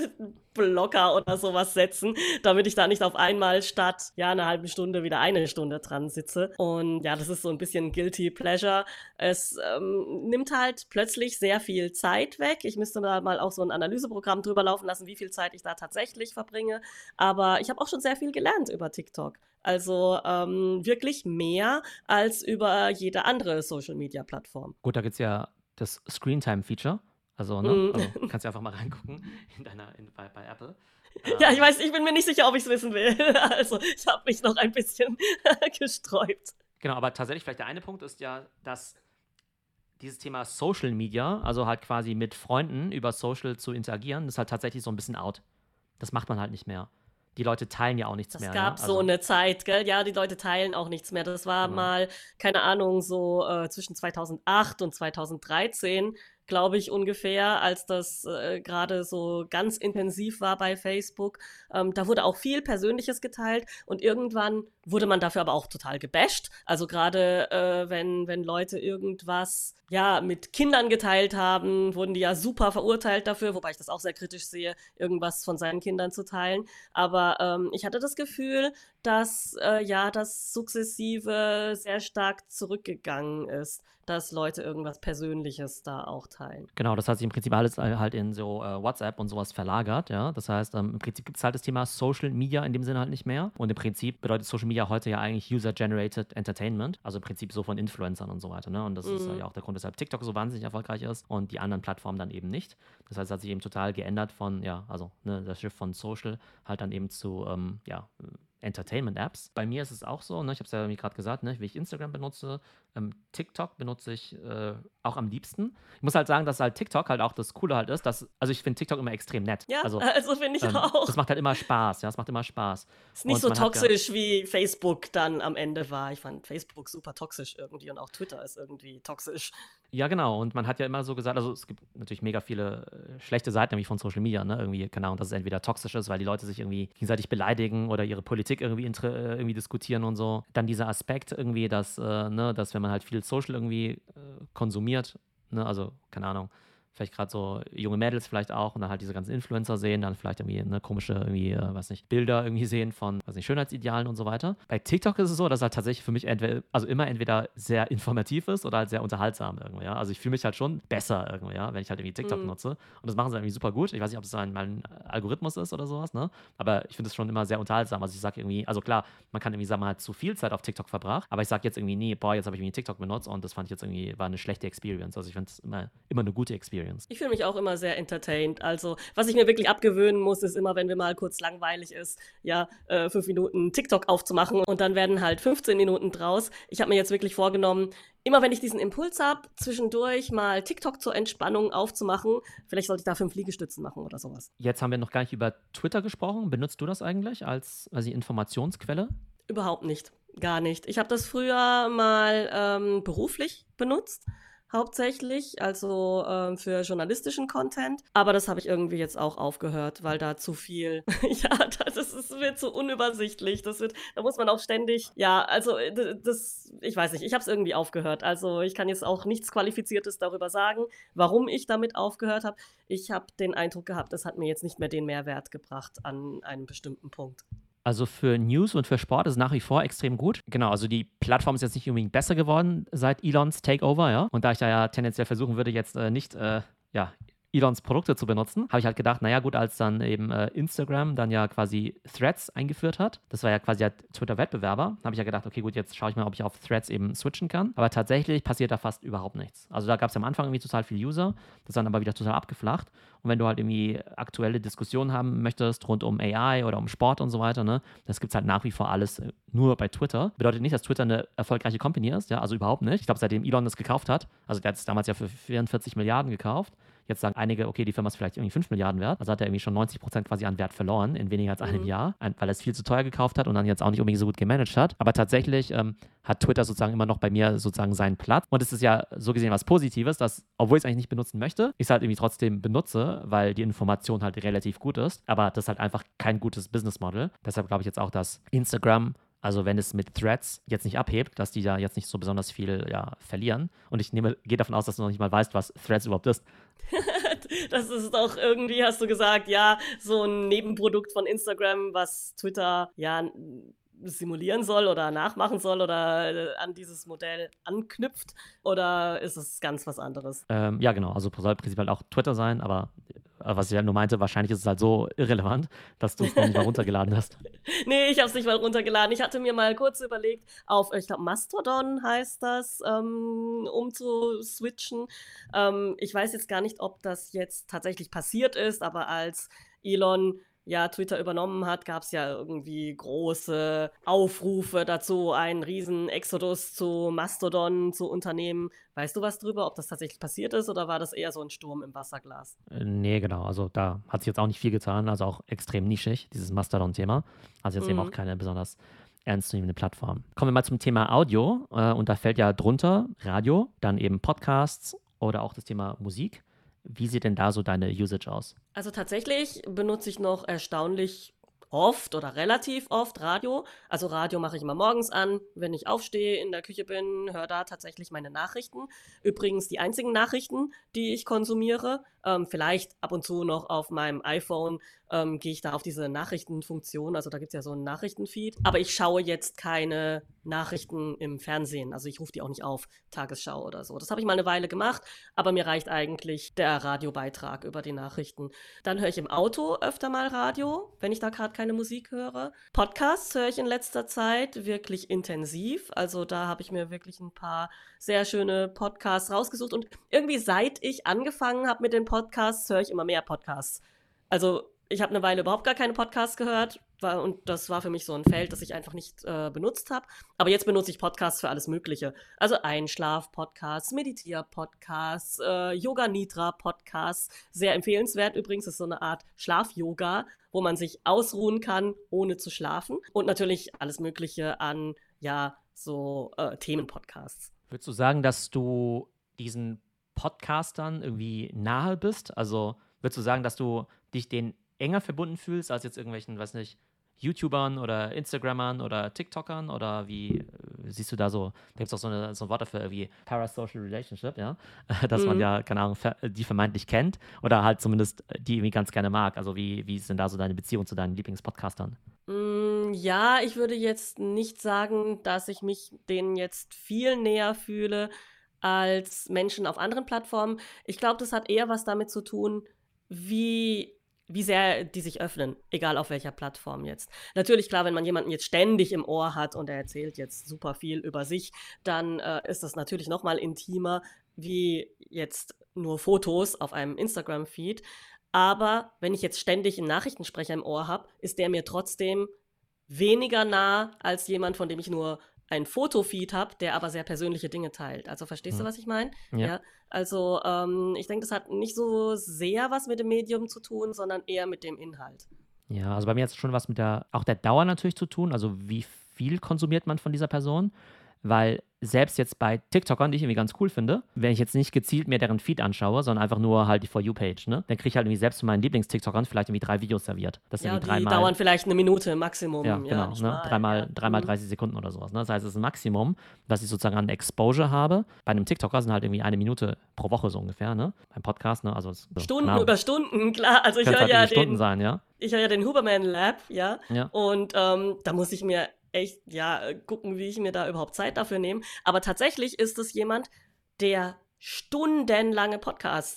S2: Blocker oder sowas setzen, damit ich da nicht auf einmal statt, ja, einer halben Stunde wieder eine Stunde dran sitze. Und ja, das ist so ein bisschen Guilty Pleasure. Es ähm, nimmt halt plötzlich sehr viel Zeit weg. Ich müsste da mal auch so ein Analyseprogramm drüber laufen lassen, wie viel Zeit ich da tatsächlich verbringe. Aber ich habe auch schon sehr viel gelernt über TikTok. Also ähm, wirklich mehr als über jede andere Social-Media-Plattform.
S1: Gut, da gibt es ja das Screentime-Feature. Also, ne? Mm. Also kannst du einfach mal reingucken in deiner, in, bei, bei Apple.
S2: Ja, ich weiß, ich bin mir nicht sicher, ob ich es wissen will. Also ich habe mich noch ein bisschen gesträubt.
S1: Genau, aber tatsächlich vielleicht der eine Punkt ist ja, dass dieses Thema Social Media, also halt quasi mit Freunden über Social zu interagieren, ist halt tatsächlich so ein bisschen out. Das macht man halt nicht mehr. Die Leute teilen ja auch nichts
S2: das
S1: mehr.
S2: Es gab
S1: ja?
S2: so
S1: also,
S2: eine Zeit, gell? Ja, die Leute teilen auch nichts mehr. Das war genau. mal, keine Ahnung, so äh, zwischen zweitausendacht und zweitausenddreizehn, glaube ich, ungefähr, als das äh, gerade so ganz intensiv war bei Facebook. Ähm, da wurde auch viel Persönliches geteilt und irgendwann wurde man dafür aber auch total gebasht. Also gerade äh, wenn, wenn Leute irgendwas ja mit Kindern geteilt haben, wurden die ja super verurteilt dafür, wobei ich das auch sehr kritisch sehe, irgendwas von seinen Kindern zu teilen. Aber ähm, ich hatte das Gefühl, dass äh, ja das sukzessive sehr stark zurückgegangen ist, dass Leute irgendwas Persönliches da auch teilen.
S1: Genau, das hat sich im Prinzip alles halt in so äh, WhatsApp und sowas verlagert, ja. Das heißt, ähm, im Prinzip gibt es halt das Thema Social Media in dem Sinne halt nicht mehr. Und im Prinzip bedeutet Social Media heute ja eigentlich User-Generated Entertainment, also im Prinzip so von Influencern und so weiter, ne? Und das mhm. ist ja auch der Grund, weshalb TikTok so wahnsinnig erfolgreich ist und die anderen Plattformen dann eben nicht. Das heißt, es hat sich eben total geändert von, ja, also ne, das Schiff von Social halt dann eben zu, ähm, ja, Entertainment-Apps. Bei mir ist es auch so, ne, ich habe es ja gerade gesagt, ne, wie ich Instagram benutze, ähm, TikTok benutze ich äh, auch am liebsten. Ich muss halt sagen, dass halt TikTok halt auch das Coole halt ist, dass, also ich finde TikTok immer extrem nett.
S2: Ja,
S1: also,
S2: also finde ich
S1: ähm,
S2: auch.
S1: Das macht halt immer Spaß, ja, es macht immer Spaß.
S2: Ist nicht und so toxisch, wie Facebook dann am Ende war. Ich fand Facebook super toxisch irgendwie und auch Twitter ist irgendwie toxisch.
S1: Ja, genau. Und man hat ja immer so gesagt, also es gibt natürlich mega viele äh, schlechte Seiten nämlich von Social Media, ne? Irgendwie, keine Ahnung, dass es entweder toxisch ist, weil die Leute sich irgendwie gegenseitig beleidigen oder ihre Politik irgendwie, intre- äh, irgendwie diskutieren und so. Dann dieser Aspekt irgendwie, dass, äh, ne, dass wenn man halt viel Social irgendwie äh, konsumiert, ne, also, keine Ahnung, vielleicht gerade so junge Mädels vielleicht auch und dann halt diese ganzen Influencer sehen, dann vielleicht irgendwie eine komische, irgendwie, äh, weiß nicht, Bilder irgendwie sehen von, weiß nicht, Schönheitsidealen und so weiter. Bei TikTok ist es so, dass es halt tatsächlich für mich entweder, also immer entweder sehr informativ ist oder halt sehr unterhaltsam irgendwie, ja. Also ich fühle mich halt schon besser irgendwie, ja, wenn ich halt irgendwie TikTok
S2: Mhm.
S1: nutze. Und das machen sie irgendwie super gut. Ich weiß nicht, ob es ein, mein Algorithmus ist oder sowas, ne? Aber ich finde es schon immer sehr unterhaltsam. Also ich sage irgendwie, also klar, man kann irgendwie sagen, man hat zu viel Zeit auf TikTok verbracht, aber ich sage jetzt irgendwie, nee, boah, jetzt habe ich irgendwie TikTok benutzt und das fand ich jetzt irgendwie, war eine schlechte Experience. Also ich finde es immer, immer eine gute Experience.
S2: Ich fühle mich auch immer sehr entertained. Also, was ich mir wirklich abgewöhnen muss, ist immer, wenn mir mal kurz langweilig ist, ja, äh, fünf Minuten TikTok aufzumachen und dann werden halt fünfzehn Minuten draus. Ich habe mir jetzt wirklich vorgenommen, immer wenn ich diesen Impuls habe, zwischendurch mal TikTok zur Entspannung aufzumachen, vielleicht sollte ich da fünf Liegestützen machen oder sowas.
S1: Jetzt haben wir noch gar nicht über Twitter gesprochen. Benutzt du das eigentlich als, als Informationsquelle?
S2: Überhaupt nicht. Gar nicht. Ich habe das früher mal ähm, beruflich benutzt. Hauptsächlich, also ähm, für journalistischen Content. Aber das habe ich irgendwie jetzt auch aufgehört, weil da zu viel, ja, das, ist, das wird zu unübersichtlich. Das wird, da muss man auch ständig, ja, also das, ich weiß nicht, ich habe es irgendwie aufgehört. Also ich kann jetzt auch nichts Qualifiziertes darüber sagen, warum ich damit aufgehört habe. Ich habe den Eindruck gehabt, es hat mir jetzt nicht mehr den Mehrwert gebracht an einem bestimmten Punkt.
S1: Also für News und für Sport ist es nach wie vor extrem gut. Genau, also die Plattform ist jetzt nicht unbedingt besser geworden seit Elons Takeover, ja. Und da ich da ja tendenziell versuchen würde, jetzt äh, nicht, äh, ja, Elons Produkte zu benutzen, habe ich halt gedacht, naja gut, als dann eben äh, Instagram dann ja quasi Threads eingeführt hat, das war ja quasi der Twitter-Wettbewerber, habe ich ja gedacht, okay gut, jetzt schaue ich mal, ob ich auf Threads eben switchen kann. Aber tatsächlich passiert da fast überhaupt nichts. Also da gab es am Anfang irgendwie total viele User, das ist dann aber wieder total abgeflacht. Und wenn du halt irgendwie aktuelle Diskussionen haben möchtest rund um A I oder um Sport und so weiter, ne, das gibt es halt nach wie vor alles äh, nur bei Twitter. Bedeutet nicht, dass Twitter eine erfolgreiche Company ist, ja, also überhaupt nicht. Ich glaube, seitdem Elon das gekauft hat, also der hat es damals ja für vierundvierzig Milliarden gekauft. Jetzt sagen einige, okay, die Firma ist vielleicht irgendwie fünf Milliarden wert. Also hat er irgendwie schon neunzig Prozent quasi an Wert verloren in weniger als einem
S2: Mhm.
S1: Jahr, weil er es viel zu teuer gekauft hat und dann jetzt auch nicht unbedingt so gut gemanagt hat. Aber tatsächlich ähm, hat Twitter sozusagen immer noch bei mir sozusagen seinen Platz. Und es ist ja so gesehen was Positives, dass, obwohl ich es eigentlich nicht benutzen möchte, ich es halt irgendwie trotzdem benutze, weil die Information halt relativ gut ist. Aber das ist halt einfach kein gutes Business Model. Deshalb glaube ich jetzt auch, dass Instagram, also wenn es mit Threads jetzt nicht abhebt, dass die da jetzt nicht so besonders viel ja, verlieren. Und ich nehme, gehe davon aus, dass du noch nicht mal weißt, was Threads überhaupt ist.
S2: Das ist doch irgendwie, hast du gesagt, ja, so ein Nebenprodukt von Instagram, was Twitter ja n- simulieren soll oder nachmachen soll oder äh, an dieses Modell anknüpft, oder ist es ganz was anderes?
S1: Ähm, ja, genau. Also soll prinzipiell auch Twitter sein, aber äh, was ich halt nur meinte, wahrscheinlich ist es halt so irrelevant, dass du es noch nicht mal runtergeladen hast.
S2: Nee, ich habe es nicht mal runtergeladen. Ich hatte mir mal kurz überlegt, auf, ich glaube, Mastodon heißt das, ähm, umzuswitchen. Ähm, ich weiß jetzt gar nicht, ob das jetzt tatsächlich passiert ist, aber als Elon ja Twitter übernommen hat, gab es ja irgendwie große Aufrufe dazu, einen riesen Exodus zu Mastodon zu unternehmen. Weißt du was drüber, ob das tatsächlich passiert ist, oder war das eher so ein Sturm im Wasserglas?
S1: Äh, nee, genau. Also da hat sich jetzt auch nicht viel getan. Also auch extrem nischig, dieses Mastodon-Thema. Also jetzt eben auch
S2: Mhm.
S1: keine besonders ernstzunehmende Plattform. Kommen wir mal zum Thema Audio. Äh, und da fällt ja drunter Radio, dann eben Podcasts oder auch das Thema Musik. Wie sieht denn da so deine Usage aus?
S2: Also tatsächlich benutze ich noch erstaunlich oft oder relativ oft Radio. Also Radio mache ich immer morgens an, wenn ich aufstehe, in der Küche bin, höre da tatsächlich meine Nachrichten. Übrigens die einzigen Nachrichten, die ich konsumiere. Ähm, vielleicht ab und zu noch auf meinem iPhone ähm, gehe ich da auf diese Nachrichtenfunktion. Also da gibt es ja so einen Nachrichtenfeed. Aber ich schaue jetzt keine Nachrichten im Fernsehen. Also ich rufe die auch nicht auf, Tagesschau oder so. Das habe ich mal eine Weile gemacht, aber mir reicht eigentlich der Radiobeitrag über die Nachrichten. Dann höre ich im Auto öfter mal Radio, wenn ich da gerade keine Musik höre. Podcasts höre ich in letzter Zeit wirklich intensiv. Also da habe ich mir wirklich ein paar sehr schöne Podcasts rausgesucht. Und irgendwie seit ich angefangen habe mit den Podcasts, höre ich immer mehr Podcasts. Also ich habe eine Weile überhaupt gar keine Podcasts gehört. War, und das war für mich so ein Feld, das ich einfach nicht äh, benutzt habe. Aber jetzt benutze ich Podcasts für alles Mögliche. Also Einschlaf-Podcasts, Meditier-Podcasts, äh, Yoga-Nidra-Podcasts. Sehr empfehlenswert übrigens, ist so eine Art Schlaf-Yoga, wo man sich ausruhen kann, ohne zu schlafen. Und natürlich alles Mögliche an, ja, so äh, Themen-Podcasts.
S1: Würdest du sagen, dass du diesen Podcastern irgendwie nahe bist? Also würdest du sagen, dass du dich denen enger verbunden fühlst als jetzt irgendwelchen, weiß nicht, YouTubern oder Instagrammern oder TikTokern? Oder wie äh, siehst du da so, da gibt es auch so, eine, so ein Wort dafür wie Parasocial Relationship, ja? Dass man
S2: Mhm.
S1: ja, keine Ahnung, ver die vermeintlich kennt oder halt zumindest die irgendwie ganz gerne mag. Also wie, wie ist denn da so deine Beziehung zu deinen Lieblingspodcastern?
S2: Mm, Ja, ich würde jetzt nicht sagen, dass ich mich denen jetzt viel näher fühle als Menschen auf anderen Plattformen. Ich glaube, das hat eher was damit zu tun, wie, wie sehr die sich öffnen, egal auf welcher Plattform jetzt. Natürlich, klar, wenn man jemanden jetzt ständig im Ohr hat und er erzählt jetzt super viel über sich, dann äh, ist das natürlich noch mal intimer, wie jetzt nur Fotos auf einem Instagram-Feed. Aber wenn ich jetzt ständig einen Nachrichtensprecher im Ohr habe, ist der mir trotzdem weniger nah als jemand, von dem ich nur ein Fotofeed habe, der aber sehr persönliche Dinge teilt. Also verstehst du,
S1: Hm.
S2: was ich meine?
S1: Ja.
S2: Ja, also ähm, ich denke, das hat nicht so sehr was mit dem Medium zu tun, sondern eher mit dem Inhalt.
S1: Ja, also bei mir hat es schon was mit der, auch der Dauer natürlich zu tun. Also wie viel konsumiert man von dieser Person? Weil selbst jetzt bei TikTokern, die ich irgendwie ganz cool finde, wenn ich jetzt nicht gezielt mir deren Feed anschaue, sondern einfach nur halt die For You-Page, ne, dann kriege ich halt irgendwie selbst von meinen Lieblings-TikTokern vielleicht irgendwie drei Videos serviert. Das sind
S2: Ja,
S1: irgendwie
S2: die
S1: dreimal,
S2: dauern vielleicht eine Minute Maximum.
S1: ja,
S2: Ja,
S1: genau,
S2: nicht
S1: ne,
S2: mal.
S1: dreimal,
S2: Ja.
S1: dreimal
S2: Mhm.
S1: dreißig Sekunden oder sowas. Ne? Das heißt, es ist ein Maximum, was ich sozusagen an Exposure habe. Bei einem TikToker sind halt irgendwie eine Minute pro Woche so ungefähr, ne? Beim Podcast, ne? Also, es- so, keine
S2: Stunden
S1: Ahnung.
S2: über Stunden, klar. Also ich
S1: Können es
S2: höre
S1: halt
S2: ja
S1: irgendwie Stunden
S2: den,
S1: sein, ja?
S2: ich höre ja den Huberman Lab, ja.
S1: Ja.
S2: Und ähm, da muss ich mir echt, ja, äh, gucken, wie ich mir da überhaupt Zeit dafür nehme. Aber tatsächlich ist es jemand, der stundenlange Podcasts hat.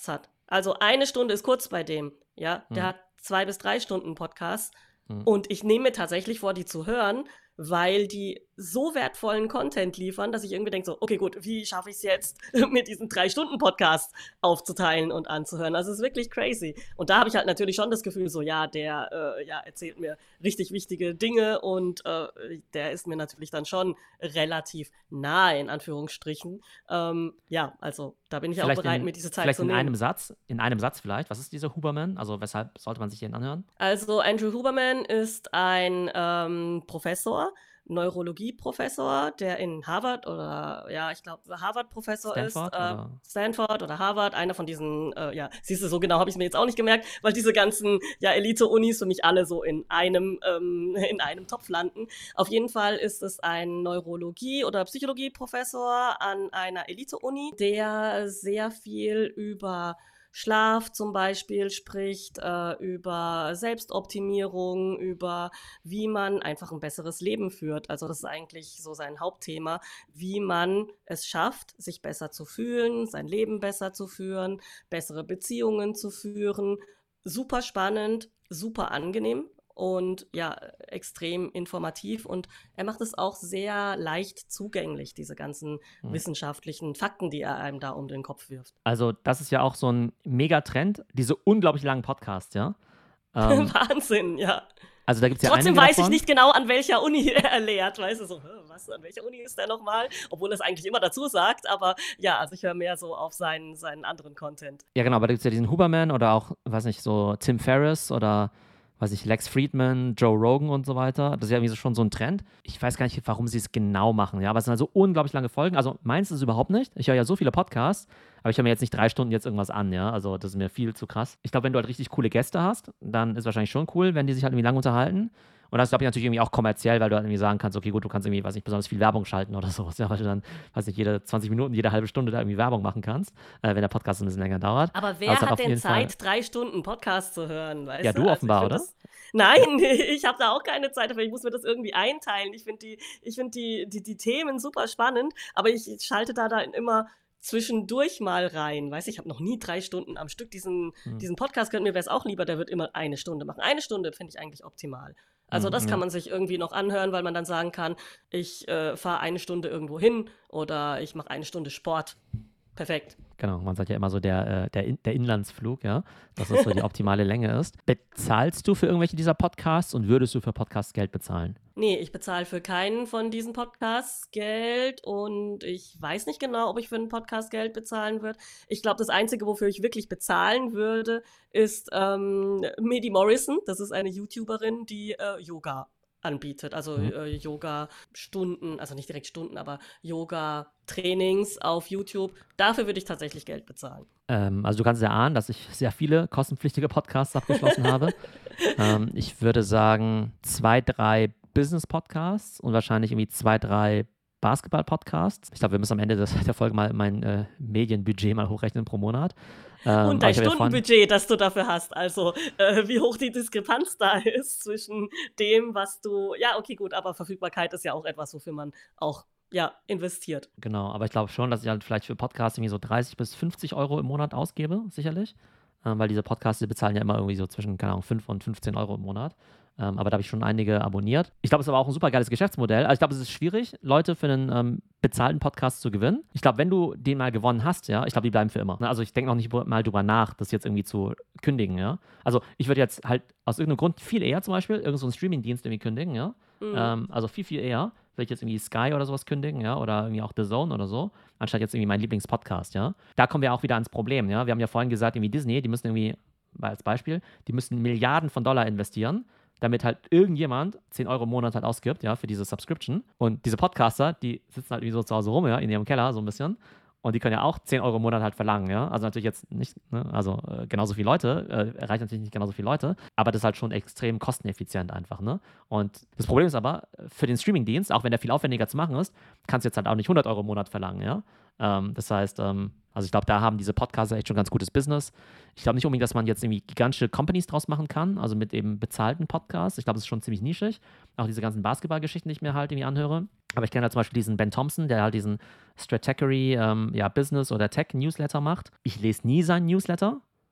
S2: Also eine Stunde ist kurz bei dem, ja. Der
S1: Hm.
S2: hat zwei bis drei Stunden Podcast
S1: Hm.
S2: und ich nehme mir tatsächlich vor, die zu hören, weil die so wertvollen Content liefern, dass ich irgendwie denke so, okay, gut, wie schaffe ich es jetzt, mir diesen Drei-Stunden-Podcast aufzuteilen und anzuhören? Also es ist wirklich crazy. Und da habe ich halt natürlich schon das Gefühl so, ja, der äh, ja, erzählt mir richtig wichtige Dinge und äh, der ist mir natürlich dann schon relativ nahe, in Anführungsstrichen. Ähm, ja, also da bin ich auch
S1: Vielleicht
S2: bereit,
S1: in,
S2: mir diese Zeit
S1: vielleicht
S2: zu
S1: in
S2: nehmen.
S1: einem Satz, in einem Satz vielleicht. Was ist dieser Huberman? Also weshalb sollte man sich den anhören?
S2: Also Andrew Huberman ist ein ähm, Professor, Neurologie-Professor, der in Harvard oder ja, ich glaube Harvard-Professor ist,
S1: Stanford
S2: äh,
S1: oder?
S2: Stanford oder Harvard, einer von diesen, äh, ja, siehst du, so genau habe ich es mir jetzt auch nicht gemerkt, weil diese ganzen ja, Elite-Unis für mich alle so in einem, ähm, in einem Topf landen. Auf jeden Fall ist es ein Neurologie- oder Psychologie-Professor an einer Elite-Uni, der sehr viel über Schlaf zum Beispiel spricht, äh, über Selbstoptimierung, über wie man einfach ein besseres Leben führt. Also das ist eigentlich so sein Hauptthema, wie man es schafft, sich besser zu fühlen, sein Leben besser zu führen, bessere Beziehungen zu führen. Super spannend, super angenehm und ja, extrem informativ. Und er macht es auch sehr leicht zugänglich, diese ganzen
S1: Hm.
S2: wissenschaftlichen Fakten, die er einem da um den Kopf wirft.
S1: Also das ist ja auch so ein Megatrend, diese unglaublich langen Podcasts, ja. Ähm,
S2: Wahnsinn, ja.
S1: also da gibt es ja
S2: Trotzdem
S1: einige
S2: weiß ich
S1: davon.
S2: nicht genau, an welcher Uni er lehrt. Weißt du, so, hä, was, an welcher Uni ist der nochmal? Obwohl er es eigentlich immer dazu sagt, aber ja, also ich höre mehr so auf seinen, seinen anderen Content.
S1: Ja, genau, aber da gibt es ja diesen Huberman oder auch, weiß nicht, so Tim Ferriss oder, weiß ich, Lex Friedman, Joe Rogan und so weiter. Das ist ja irgendwie so schon so ein Trend. Ich weiß gar nicht, warum sie es genau machen, ja, aber es sind halt so unglaublich lange Folgen. Also meins ist es überhaupt nicht. Ich höre ja so viele Podcasts, aber ich höre mir jetzt nicht drei Stunden jetzt irgendwas an, ja. Also das ist mir viel zu krass. Ich glaube, wenn du halt richtig coole Gäste hast, dann ist wahrscheinlich schon cool, wenn die sich halt irgendwie lang unterhalten. Und das ist, glaube ich, natürlich irgendwie auch kommerziell, weil du halt irgendwie sagen kannst, okay, gut, du kannst irgendwie, weiß nicht, besonders viel Werbung schalten oder sowas, ja, weil du dann, weiß nicht, jede zwanzig Minuten, jede halbe Stunde da irgendwie Werbung machen kannst, äh, wenn der Podcast ein bisschen länger dauert.
S2: Aber wer
S1: Aber es
S2: hat
S1: auf
S2: denn
S1: jeden Fall-
S2: Zeit, drei Stunden Podcast zu hören, weißt
S1: Ja,
S2: du?
S1: du
S2: Also
S1: offenbar,
S2: ich find
S1: oder?
S2: Das, nein, ich habe da auch keine Zeit dafür. Ich muss mir das irgendwie einteilen. Ich finde die, ich find die, die, die Themen super spannend, aber ich schalte da dann immer zwischendurch mal rein. Weißt du, ich habe noch nie drei Stunden am Stück diesen,
S1: Hm.
S2: diesen Podcast, könnte mir wäre es auch lieber, der wird immer eine Stunde machen. Eine Stunde finde ich eigentlich optimal. Also
S1: Hm,
S2: das
S1: ja.
S2: kann man sich irgendwie noch anhören, weil man dann sagen kann, ich äh, fahre eine Stunde irgendwo hin oder ich mache eine Stunde Sport. Perfekt.
S1: Genau, man sagt ja immer so der, äh, der, In der Inlandsflug, ja, dass das so die optimale Länge ist. Bezahlst du für irgendwelche dieser Podcasts und würdest du für Podcasts Geld bezahlen?
S2: Nee, ich bezahle für keinen von diesen Podcasts Geld und ich weiß nicht genau, ob ich für einen Podcast Geld bezahlen würde. Ich glaube, das Einzige, wofür ich wirklich bezahlen würde, ist ähm, Medi Morrison. Das ist eine YouTuberin, die äh, Yoga anbietet. Also
S1: Mhm.
S2: äh, Yoga-Stunden, also nicht direkt Stunden, aber Yoga-Trainings auf YouTube. Dafür würde ich tatsächlich Geld bezahlen.
S1: Ähm, also du kannst ja ahnen, dass ich sehr viele kostenpflichtige Podcasts abgeschlossen habe. Ähm, ich würde sagen zwei, drei Business-Podcasts und wahrscheinlich irgendwie zwei, drei Basketball-Podcasts. Ich glaube, wir müssen am Ende des, der Folge mal mein äh, Medienbudget mal hochrechnen pro Monat. Ähm,
S2: Und dein Stundenbudget, das du dafür hast. Also äh, wie hoch die Diskrepanz da ist zwischen dem, was du... Ja, okay, gut, aber Verfügbarkeit ist ja auch etwas, wofür man auch ja, investiert.
S1: Genau, aber ich glaube schon, dass ich halt vielleicht für Podcasts irgendwie so dreißig bis fünfzig Euro im Monat ausgebe, sicherlich. Ähm, weil diese Podcasts, die bezahlen ja immer irgendwie so zwischen, keine Ahnung, fünf und fünfzehn Euro im Monat. Ähm, aber da habe ich schon einige abonniert. Ich glaube, es ist aber auch ein super geiles Geschäftsmodell. Also ich glaube, es ist schwierig, Leute für einen ähm, bezahlten Podcast zu gewinnen. Ich glaube, wenn du den mal gewonnen hast, ja, ich glaube, die bleiben für immer. Ne? Also ich denke noch nicht mal drüber nach, das jetzt irgendwie zu kündigen, ja. Also ich würde jetzt halt aus irgendeinem Grund viel eher zum Beispiel irgendeinen so einen Streaming-Dienst irgendwie kündigen, ja.
S2: Mhm.
S1: Ähm, also viel, viel eher. Würde ich jetzt irgendwie Sky oder sowas kündigen, ja, oder irgendwie auch The Zone oder so, anstatt jetzt irgendwie mein Lieblingspodcast, ja. Da kommen wir auch wieder ans Problem, ja. Wir haben ja vorhin gesagt, irgendwie Disney, die müssen irgendwie, als Beispiel, die müssen Milliarden von Dollar investieren, damit halt irgendjemand zehn Euro im Monat halt ausgibt, ja, für diese Subscription. Und diese Podcaster, die sitzen halt irgendwie so zu Hause rum, ja, in ihrem Keller so ein bisschen. Und die können ja auch zehn Euro im Monat halt verlangen, ja. Also natürlich jetzt nicht, ne, also äh, genauso viele Leute, äh, erreicht natürlich nicht genauso viele Leute, aber das ist halt schon extrem kosteneffizient einfach, ne. Und das Problem ist aber, für den Streamingdienst, auch wenn der viel aufwendiger zu machen ist, kannst du jetzt halt auch nicht hundert Euro im Monat verlangen, ja. Ähm, das heißt, ähm, also ich glaube, da haben diese Podcaster echt schon ganz gutes Business. Ich glaube nicht unbedingt, dass man jetzt irgendwie gigantische Companies draus machen kann, also mit eben bezahlten Podcasts. Ich glaube, es ist schon ziemlich nischig. Auch diese ganzen Basketballgeschichten, die ich mir halt irgendwie anhöre. Aber ich kenne halt zum Beispiel diesen Ben Thompson, der halt diesen Stratechery, ähm, ja, Business oder Tech Newsletter macht. Ich lese nie seinen Newsletter.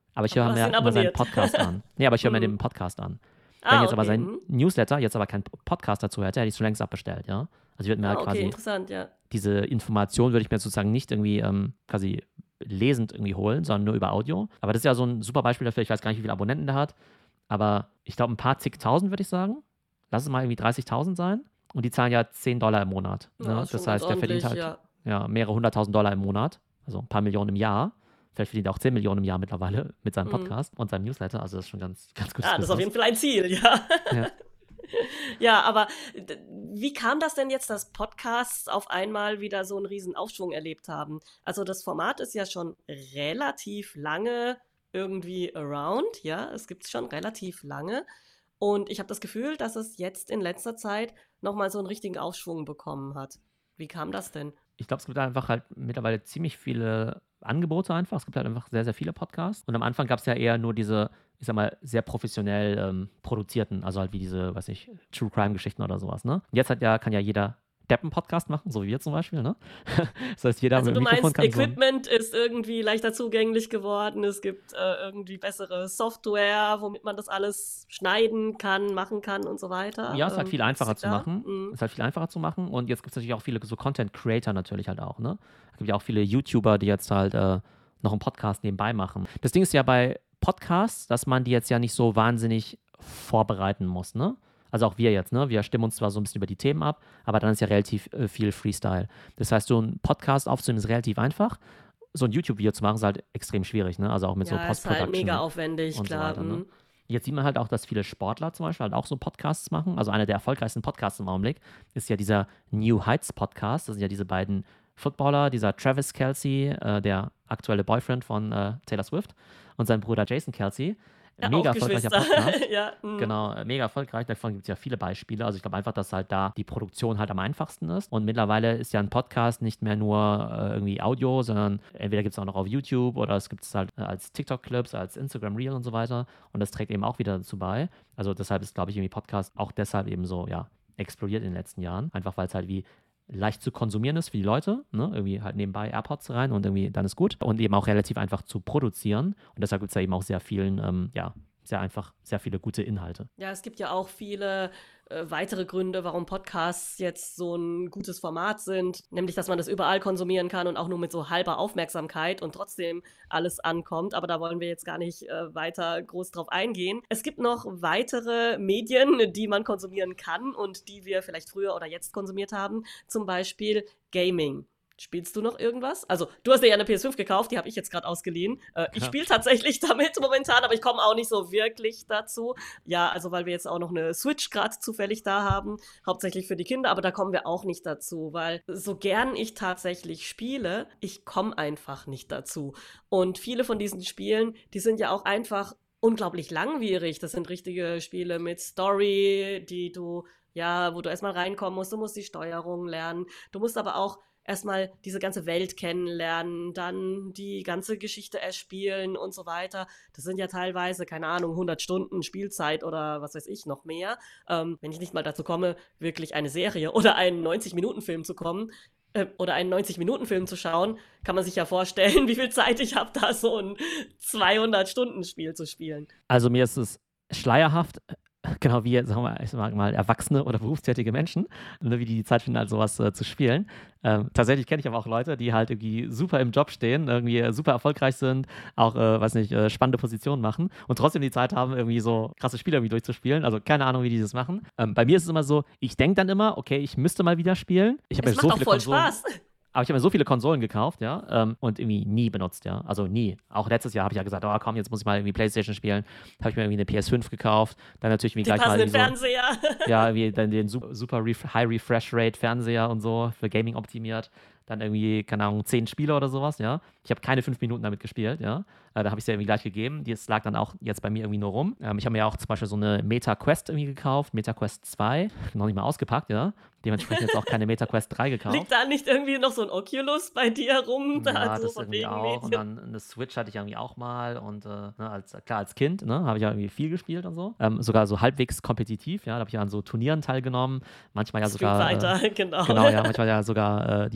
S1: Aber ich
S2: Aber
S1: höre
S2: du hast
S1: mir
S2: ihn
S1: immer seinen
S2: abonniert.
S1: Podcast an. Nee, aber ich höre mir
S2: Hm.
S1: den Podcast an. Wenn
S2: Ah,
S1: jetzt aber
S2: okay.
S1: sein
S2: hm.
S1: Newsletter jetzt aber kein Podcast dazu hätte, hätte ich es schon längst abbestellt, ja. Also ich würde mir
S2: Ah,
S1: halt
S2: okay,
S1: quasi
S2: interessant, ja.
S1: diese Information würde ich mir sozusagen nicht irgendwie ähm, quasi lesend irgendwie holen, sondern nur über Audio. Aber das ist ja so ein super Beispiel dafür. Ich weiß gar nicht, wie viele Abonnenten der hat. Aber ich glaube, ein paar zigtausend würde ich sagen. Lass es mal irgendwie dreißigtausend sein. Und die zahlen ja zehn Dollar im Monat.
S2: Ja,
S1: Ne?
S2: ist schon
S1: Das
S2: ganz
S1: heißt, der verdient
S2: ordentlich,
S1: halt
S2: ja.
S1: ja, mehrere hunderttausend Dollar im Monat. Also ein paar Millionen im Jahr. Vielleicht verdient er auch zehn Millionen im Jahr mittlerweile mit seinem
S2: Hm.
S1: Podcast und seinem Newsletter. Also das ist schon ganz, ganz gutes
S2: Ah, das ist auf
S1: Business.
S2: jeden Fall ein Ziel, ja.
S1: Ja.
S2: Ja, aber d- wie kam das denn jetzt, dass Podcasts auf einmal wieder so einen riesen Aufschwung erlebt haben? Also das Format ist ja schon relativ lange irgendwie around, ja, es gibt es schon relativ lange. Und ich habe das Gefühl, dass es jetzt in letzter Zeit nochmal so einen richtigen Aufschwung bekommen hat. Wie kam das denn?
S1: Ich glaube, es gibt einfach halt mittlerweile ziemlich viele Angebote einfach. Es gibt halt einfach sehr, sehr viele Podcasts. Und am Anfang gab es ja eher nur diese, ich sag mal, sehr professionell ähm, produzierten, also halt wie diese, weiß ich, True Crime-Geschichten oder sowas, ne? Und jetzt hat ja, kann ja jeder Deppen-Podcast machen, so wie wir zum Beispiel, ne? Das heißt, jeder
S2: Also
S1: mit
S2: du
S1: dem Mikrofon
S2: meinst,
S1: kann so ein,
S2: Equipment ist irgendwie leichter zugänglich geworden, es gibt äh, irgendwie bessere Software, womit man das alles schneiden kann, machen kann und so weiter.
S1: ja, ist halt
S2: Ähm,
S1: viel
S2: was
S1: einfacher
S2: liegt
S1: zu
S2: da?
S1: machen.
S2: Mhm.
S1: Ist halt viel einfacher zu machen. Und jetzt gibt es natürlich auch viele so Content-Creator natürlich halt auch, ne? Es gibt ja auch viele YouTuber, die jetzt halt äh, noch einen Podcast nebenbei machen. Das Ding ist ja bei Podcasts, dass man die jetzt ja nicht so wahnsinnig vorbereiten muss, ne? Also auch wir jetzt, ne? Wir stimmen uns zwar so ein bisschen über die Themen ab, aber dann ist ja relativ äh, viel Freestyle. Das heißt, so einen Podcast aufzunehmen ist relativ einfach. So ein YouTube-Video zu machen ist halt extrem schwierig, ne? Also auch mit so
S2: Ja, ist halt mega
S1: Post-Production
S2: aufwendig,
S1: und so
S2: klar.
S1: weiter, ne?
S2: Mhm.
S1: Jetzt sieht man halt auch, dass viele Sportler zum Beispiel halt auch so Podcasts machen. Also einer der erfolgreichsten Podcasts im Augenblick ist ja dieser New Heights Podcast. Das sind ja diese beiden Footballer, dieser Travis Kelce, äh, der aktuelle Boyfriend von äh, Taylor Swift, und sein Bruder Jason Kelce.
S2: Ja,
S1: Mega
S2: auch
S1: erfolgreicher
S2: Geschwister.
S1: Podcast.
S2: Ja, mhm.
S1: Genau, äh, mega erfolgreich. Davon gibt es ja viele Beispiele. Also ich glaube einfach, dass halt da die Produktion halt am einfachsten ist. Und mittlerweile ist ja ein Podcast nicht mehr nur äh, irgendwie Audio, sondern entweder gibt es auch noch auf YouTube oder es gibt es halt äh, als TikTok-Clips, als Instagram Reel und so weiter. Und das trägt eben auch wieder dazu bei. Also deshalb ist, glaube ich, irgendwie Podcast auch deshalb eben so, ja, explodiert in den letzten Jahren. Einfach weil es halt wie leicht zu konsumieren ist für die Leute, ne? Irgendwie halt nebenbei AirPods rein und irgendwie dann ist gut. Und eben auch relativ einfach zu produzieren. Und deshalb gibt es ja eben auch sehr vielen, ähm, ja, sehr einfach, sehr viele gute Inhalte.
S2: Ja, es gibt ja auch viele äh, weitere Gründe, warum Podcasts jetzt so ein gutes Format sind. Nämlich, dass man das überall konsumieren kann und auch nur mit so halber Aufmerksamkeit und trotzdem alles ankommt. Aber da wollen wir jetzt gar nicht äh, weiter groß drauf eingehen. Es gibt noch weitere Medien, die man konsumieren kann und die wir vielleicht früher oder jetzt konsumiert haben. Zum Beispiel Gaming. Spielst du noch irgendwas? Also, du hast dir ja eine P S fünf gekauft, die habe ich jetzt gerade ausgeliehen. Äh, ich
S1: Ja.
S2: spiele tatsächlich damit momentan, aber ich komme auch nicht so wirklich dazu. Ja, also weil wir jetzt auch noch eine Switch gerade zufällig da haben, hauptsächlich für die Kinder, aber da kommen wir auch nicht dazu, weil so gern ich tatsächlich spiele, ich komme einfach nicht dazu. Und viele von diesen Spielen, die sind ja auch einfach unglaublich langwierig. Das sind richtige Spiele mit Story, die du, ja, wo du erstmal reinkommen musst, du musst die Steuerung lernen, du musst aber auch erstmal diese ganze Welt kennenlernen, dann die ganze Geschichte erspielen und so weiter. Das sind ja teilweise, keine Ahnung, hundert Stunden Spielzeit oder was weiß ich, noch mehr. Ähm, wenn ich nicht mal dazu komme, wirklich eine Serie oder einen neunzig-Minuten-Film zu kommen äh, oder einen neunzig-Minuten-Film zu schauen, kann man sich ja vorstellen, wie viel Zeit ich habe, da so ein zweihundert-Stunden-Spiel zu spielen.
S1: Also mir ist es schleierhaft, genau wie, sagen wir, ich sag mal, erwachsene oder berufstätige Menschen, ne, wie die die Zeit finden, halt sowas äh, zu spielen. Ähm, tatsächlich kenne ich aber auch Leute, die halt irgendwie super im Job stehen, irgendwie super erfolgreich sind, auch, äh, weiß nicht, äh, spannende Positionen machen und trotzdem die Zeit haben, irgendwie so krasse Spiele irgendwie durchzuspielen. Also keine Ahnung, wie die das machen. Ähm, bei mir ist es immer so, ich denke dann immer, okay, ich müsste mal wieder spielen. Ich habe
S2: Es
S1: ja
S2: macht
S1: so
S2: auch
S1: viele
S2: voll
S1: Konsolen.
S2: Spaß.
S1: Aber ich habe mir so viele Konsolen gekauft, ja, ähm, und irgendwie nie benutzt, ja. Also nie. Auch letztes Jahr habe ich ja gesagt, oh komm, jetzt muss ich mal irgendwie PlayStation spielen. Habe ich mir irgendwie eine P S fünf gekauft. Dann natürlich irgendwie
S2: Die
S1: gleich mal
S2: passenden
S1: irgendwie so,
S2: Fernseher.
S1: ja, irgendwie dann den su- super ref High Refresh Rate Fernseher und so für Gaming optimiert. Dann irgendwie, keine Ahnung, zehn Spiele oder sowas, ja. Ich habe keine fünf Minuten damit gespielt, ja. Äh, da habe ich es ja irgendwie gleich gegeben. Das lag dann auch jetzt bei mir irgendwie nur rum. Ähm, ich habe mir ja auch zum Beispiel so eine Meta Quest irgendwie gekauft, Meta Quest zwei, noch nicht mal ausgepackt, ja. Dementsprechend jetzt auch keine Meta Quest drei gekauft.
S2: Liegt da nicht irgendwie noch so ein Oculus bei dir rum? Da
S1: Ja,
S2: so
S1: das
S2: von
S1: irgendwie
S2: wegen
S1: auch. Und
S2: Medien.
S1: dann eine Switch hatte ich irgendwie auch mal. Und äh, ne, als, klar, als Kind ne, habe ich ja irgendwie viel gespielt und so. Ähm, sogar so halbwegs kompetitiv. Ja, da habe ich ja an so Turnieren teilgenommen. Manchmal ja
S2: Street
S1: sogar. Äh,
S2: Fighter, genau.
S1: genau, ja, manchmal ja sogar äh, die vorderen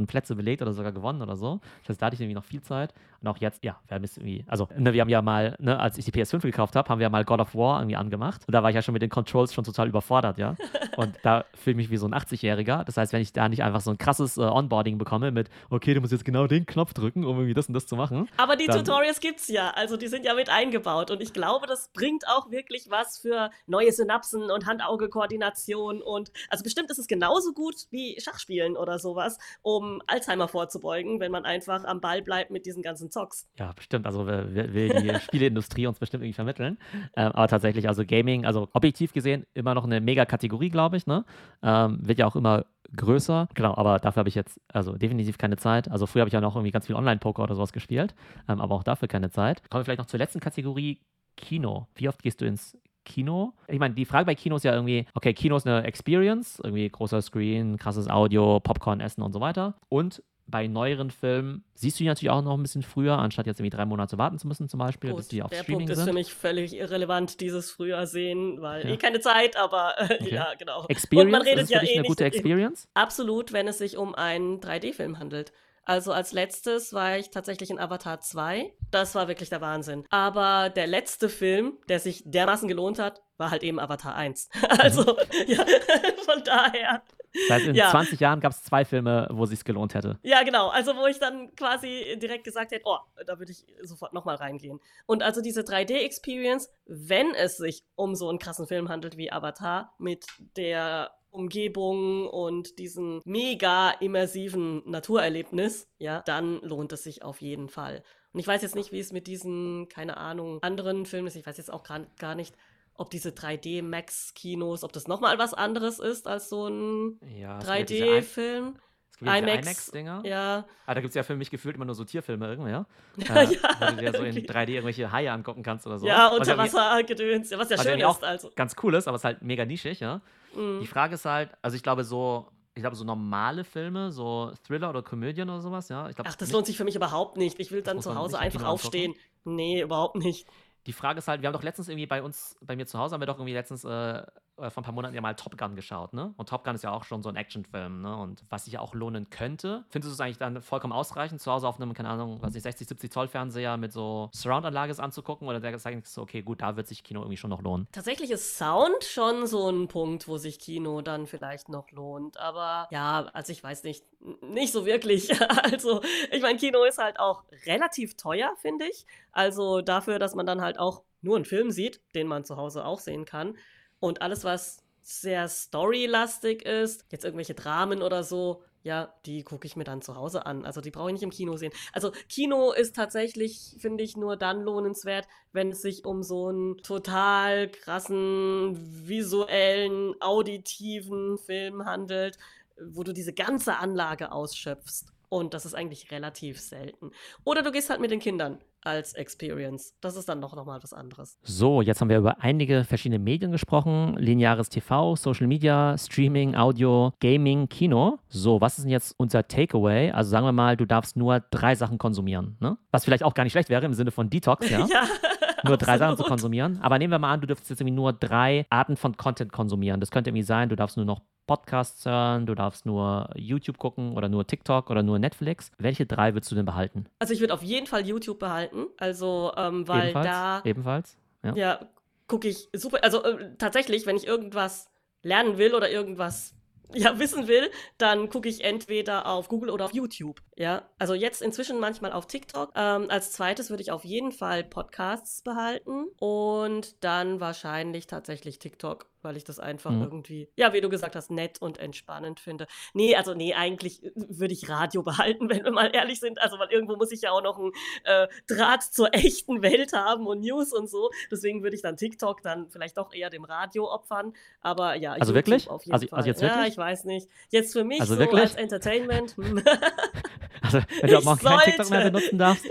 S1: Plätze belegt oder sogar gewonnen oder so. Das heißt, da hatte ich irgendwie noch viel Zeit. Und auch jetzt, ja, wir haben jetzt irgendwie, also ne, wir haben ja mal, ne, als ich die P S fünf gekauft habe, haben wir ja mal God of War irgendwie angemacht. Und da war ich ja schon mit den Controls schon total überfordert, ja. Und da fühle ich mich wie so ein achtzig-Jähriger. Das heißt, wenn ich da nicht einfach so ein krasses äh, Onboarding bekomme mit, okay, du musst jetzt genau den Knopf drücken, um irgendwie das und das zu machen.
S2: Aber die
S1: dann,
S2: Tutorials gibt's ja, also die sind ja mit eingebaut. Und ich glaube, das bringt auch wirklich was für neue Synapsen und Hand-Auge-Koordination. Und also bestimmt ist es genauso gut wie Schachspielen oder sowas, um Alzheimer vorzubeugen, wenn man einfach am Ball bleibt mit diesen ganzen Zocks.
S1: Ja, bestimmt. Also will, will die Spieleindustrie uns bestimmt irgendwie vermitteln. Ähm, aber tatsächlich, also Gaming, also objektiv gesehen, immer noch eine Mega-Kategorie, glaube ich. Ne? Ähm, wird ja auch immer größer. Genau, aber dafür habe ich jetzt also definitiv keine Zeit. Also früher habe ich ja noch irgendwie ganz viel Online-Poker oder sowas gespielt, ähm, aber auch dafür keine Zeit. Kommen wir vielleicht noch zur letzten Kategorie, Kino. Wie oft gehst du ins Kino? Ich meine, die Frage bei Kino ist ja irgendwie, okay, Kino ist eine Experience, irgendwie großer Screen, krasses Audio, Popcorn essen und so weiter. Und bei neueren Filmen siehst du die natürlich auch noch ein bisschen früher, anstatt jetzt irgendwie drei Monate warten zu müssen zum Beispiel,
S2: Gut,
S1: bis die auf
S2: der
S1: Streaming
S2: Punkt ist
S1: sind.
S2: für mich völlig irrelevant, dieses früher sehen, weil
S1: Ja.
S2: eh keine Zeit, aber äh,
S1: Okay.
S2: ja, genau.
S1: Experience,
S2: Und man
S1: ist
S2: redet
S1: es für
S2: ja
S1: dich
S2: eh
S1: eine
S2: nicht
S1: gute
S2: in-
S1: Experience?
S2: Absolut, wenn es sich um einen drei D-Film handelt. Also als letztes war ich tatsächlich in Avatar zwei. Das war wirklich der Wahnsinn. Aber der letzte Film, der sich dermaßen gelohnt hat, war halt eben Avatar eins. Also, ja, von daher.
S1: Das heißt, in
S2: Ja.
S1: zwanzig Jahren gab es zwei Filme, wo es sich gelohnt hätte.
S2: Ja, genau. Also, wo ich dann quasi direkt gesagt hätte, oh, da würde ich sofort nochmal reingehen. Und also diese drei D-Experience, wenn es sich um so einen krassen Film handelt wie Avatar, mit der Umgebung und diesem mega immersiven Naturerlebnis, ja, dann lohnt es sich auf jeden Fall. Und ich weiß jetzt nicht, wie es mit diesen, keine Ahnung, anderen Filmen ist. Ich weiß jetzt auch gar, gar nicht, ob diese drei D-Max-Kinos, ob das nochmal was anderes ist als so ein
S1: Ja, es gibt ja
S2: drei
S1: diese
S2: D-Film.
S1: Es gibt ja diese
S2: IMAX,
S1: IMAX-Dinger.
S2: Ja.
S1: Ah, da gibt es ja für mich gefühlt immer nur so Tierfilme irgendwie, ja?
S2: Ja,
S1: äh,
S2: ja,
S1: wo du dir so in
S2: irgendwie.
S1: drei D irgendwelche Haie angucken kannst oder so.
S2: Ja,
S1: Was irgendwie
S2: Unterwassergedöns, ja, was ja
S1: was
S2: schön
S1: irgendwie auch
S2: ist. Also.
S1: ganz cool ist, aber es ist halt mega nischig, ja?
S2: Mhm.
S1: Die Frage ist halt, also ich glaube so, ich glaube so normale Filme, so Thriller oder Komödien oder sowas, ja? Ich glaube,
S2: Ach, das
S1: nicht-
S2: lohnt sich für mich überhaupt nicht. Ich will dann
S1: muss
S2: zu
S1: man
S2: Hause
S1: nicht im
S2: einfach
S1: Kino angucken.
S2: aufstehen. Nee, überhaupt nicht.
S1: Die Frage ist halt, wir haben doch letztens irgendwie bei uns, bei mir zu Hause, haben wir doch irgendwie letztens äh, äh, vor ein paar Monaten ja mal Top Gun geschaut, ne? Und Top Gun ist ja auch schon so ein Actionfilm, ne? Und was sich ja auch lohnen könnte. Findest du es eigentlich dann vollkommen ausreichend, zu Hause auf einem, keine Ahnung, was ich, sechzig, siebzig Zoll Fernseher mit so Surround-Anlage es anzugucken? Oder der sagt so, okay, gut, da wird sich Kino irgendwie schon noch lohnen?
S2: Tatsächlich ist Sound schon so ein Punkt, wo sich Kino dann vielleicht noch lohnt. Aber ja, also ich weiß nicht, n- nicht so wirklich. Also, ich meine, Kino ist halt auch relativ teuer, finde ich. Also dafür, dass man dann halt auch nur einen Film sieht, den man zu Hause auch sehen kann. Und alles, was sehr storylastig ist, jetzt irgendwelche Dramen oder so, ja, die gucke ich mir dann zu Hause an. Also die brauche ich nicht im Kino sehen. Also Kino ist tatsächlich, finde ich, nur dann lohnenswert, wenn es sich um so einen total krassen, visuellen, auditiven Film handelt, wo du diese ganze Anlage ausschöpfst. Und das ist eigentlich relativ selten. Oder du gehst halt mit den Kindern als Experience. Das ist dann noch, noch mal was anderes.
S1: So, jetzt haben wir über einige verschiedene Medien gesprochen. Lineares T V, Social Media, Streaming, Audio, Gaming, Kino. So, was ist denn jetzt unser Takeaway? Also sagen wir mal, du darfst nur drei Sachen konsumieren, ne? Was vielleicht auch gar nicht schlecht wäre im Sinne von Detox, ja?
S2: Ja,
S1: Nur drei Sachen zu
S2: absolut.
S1: konsumieren. Aber nehmen wir mal an, du dürftest jetzt irgendwie nur drei Arten von Content konsumieren. Das könnte irgendwie sein, du darfst nur noch Podcasts hören, du darfst nur YouTube gucken oder nur TikTok oder nur Netflix. Welche drei würdest du denn behalten?
S2: Also ich würde auf jeden Fall YouTube behalten. Also, ähm, weil
S1: Ebenfalls?
S2: da
S1: Ebenfalls? Ja.
S2: ja, gucke ich super. Also äh, tatsächlich, wenn ich irgendwas lernen will oder irgendwas ja, wissen will, dann gucke ich entweder auf Google oder auf YouTube. Ja, also jetzt inzwischen manchmal auf TikTok. Ähm, als zweites würde ich auf jeden Fall Podcasts behalten und dann wahrscheinlich tatsächlich TikTok, weil ich das einfach
S1: Mhm.
S2: irgendwie, ja, wie du gesagt hast, nett und entspannend finde. Nee, also nee, eigentlich würde ich Radio behalten, wenn wir mal ehrlich sind. Also, weil irgendwo muss ich ja auch noch einen äh, Draht zur echten Welt haben und News und so. Deswegen würde ich dann TikTok dann vielleicht doch eher dem Radio opfern. Aber ja,
S1: Also
S2: YouTube
S1: wirklich?
S2: auf jeden
S1: Also-
S2: Fall.
S1: also jetzt
S2: Ja,
S1: wirklich?
S2: ich weiß nicht. Jetzt für mich
S1: Also
S2: so
S1: wirklich?
S2: als Entertainment. hm.
S1: Also, wenn du ab
S2: Ich
S1: morgen kein TikTok mehr
S2: sollte.
S1: benutzen darfst.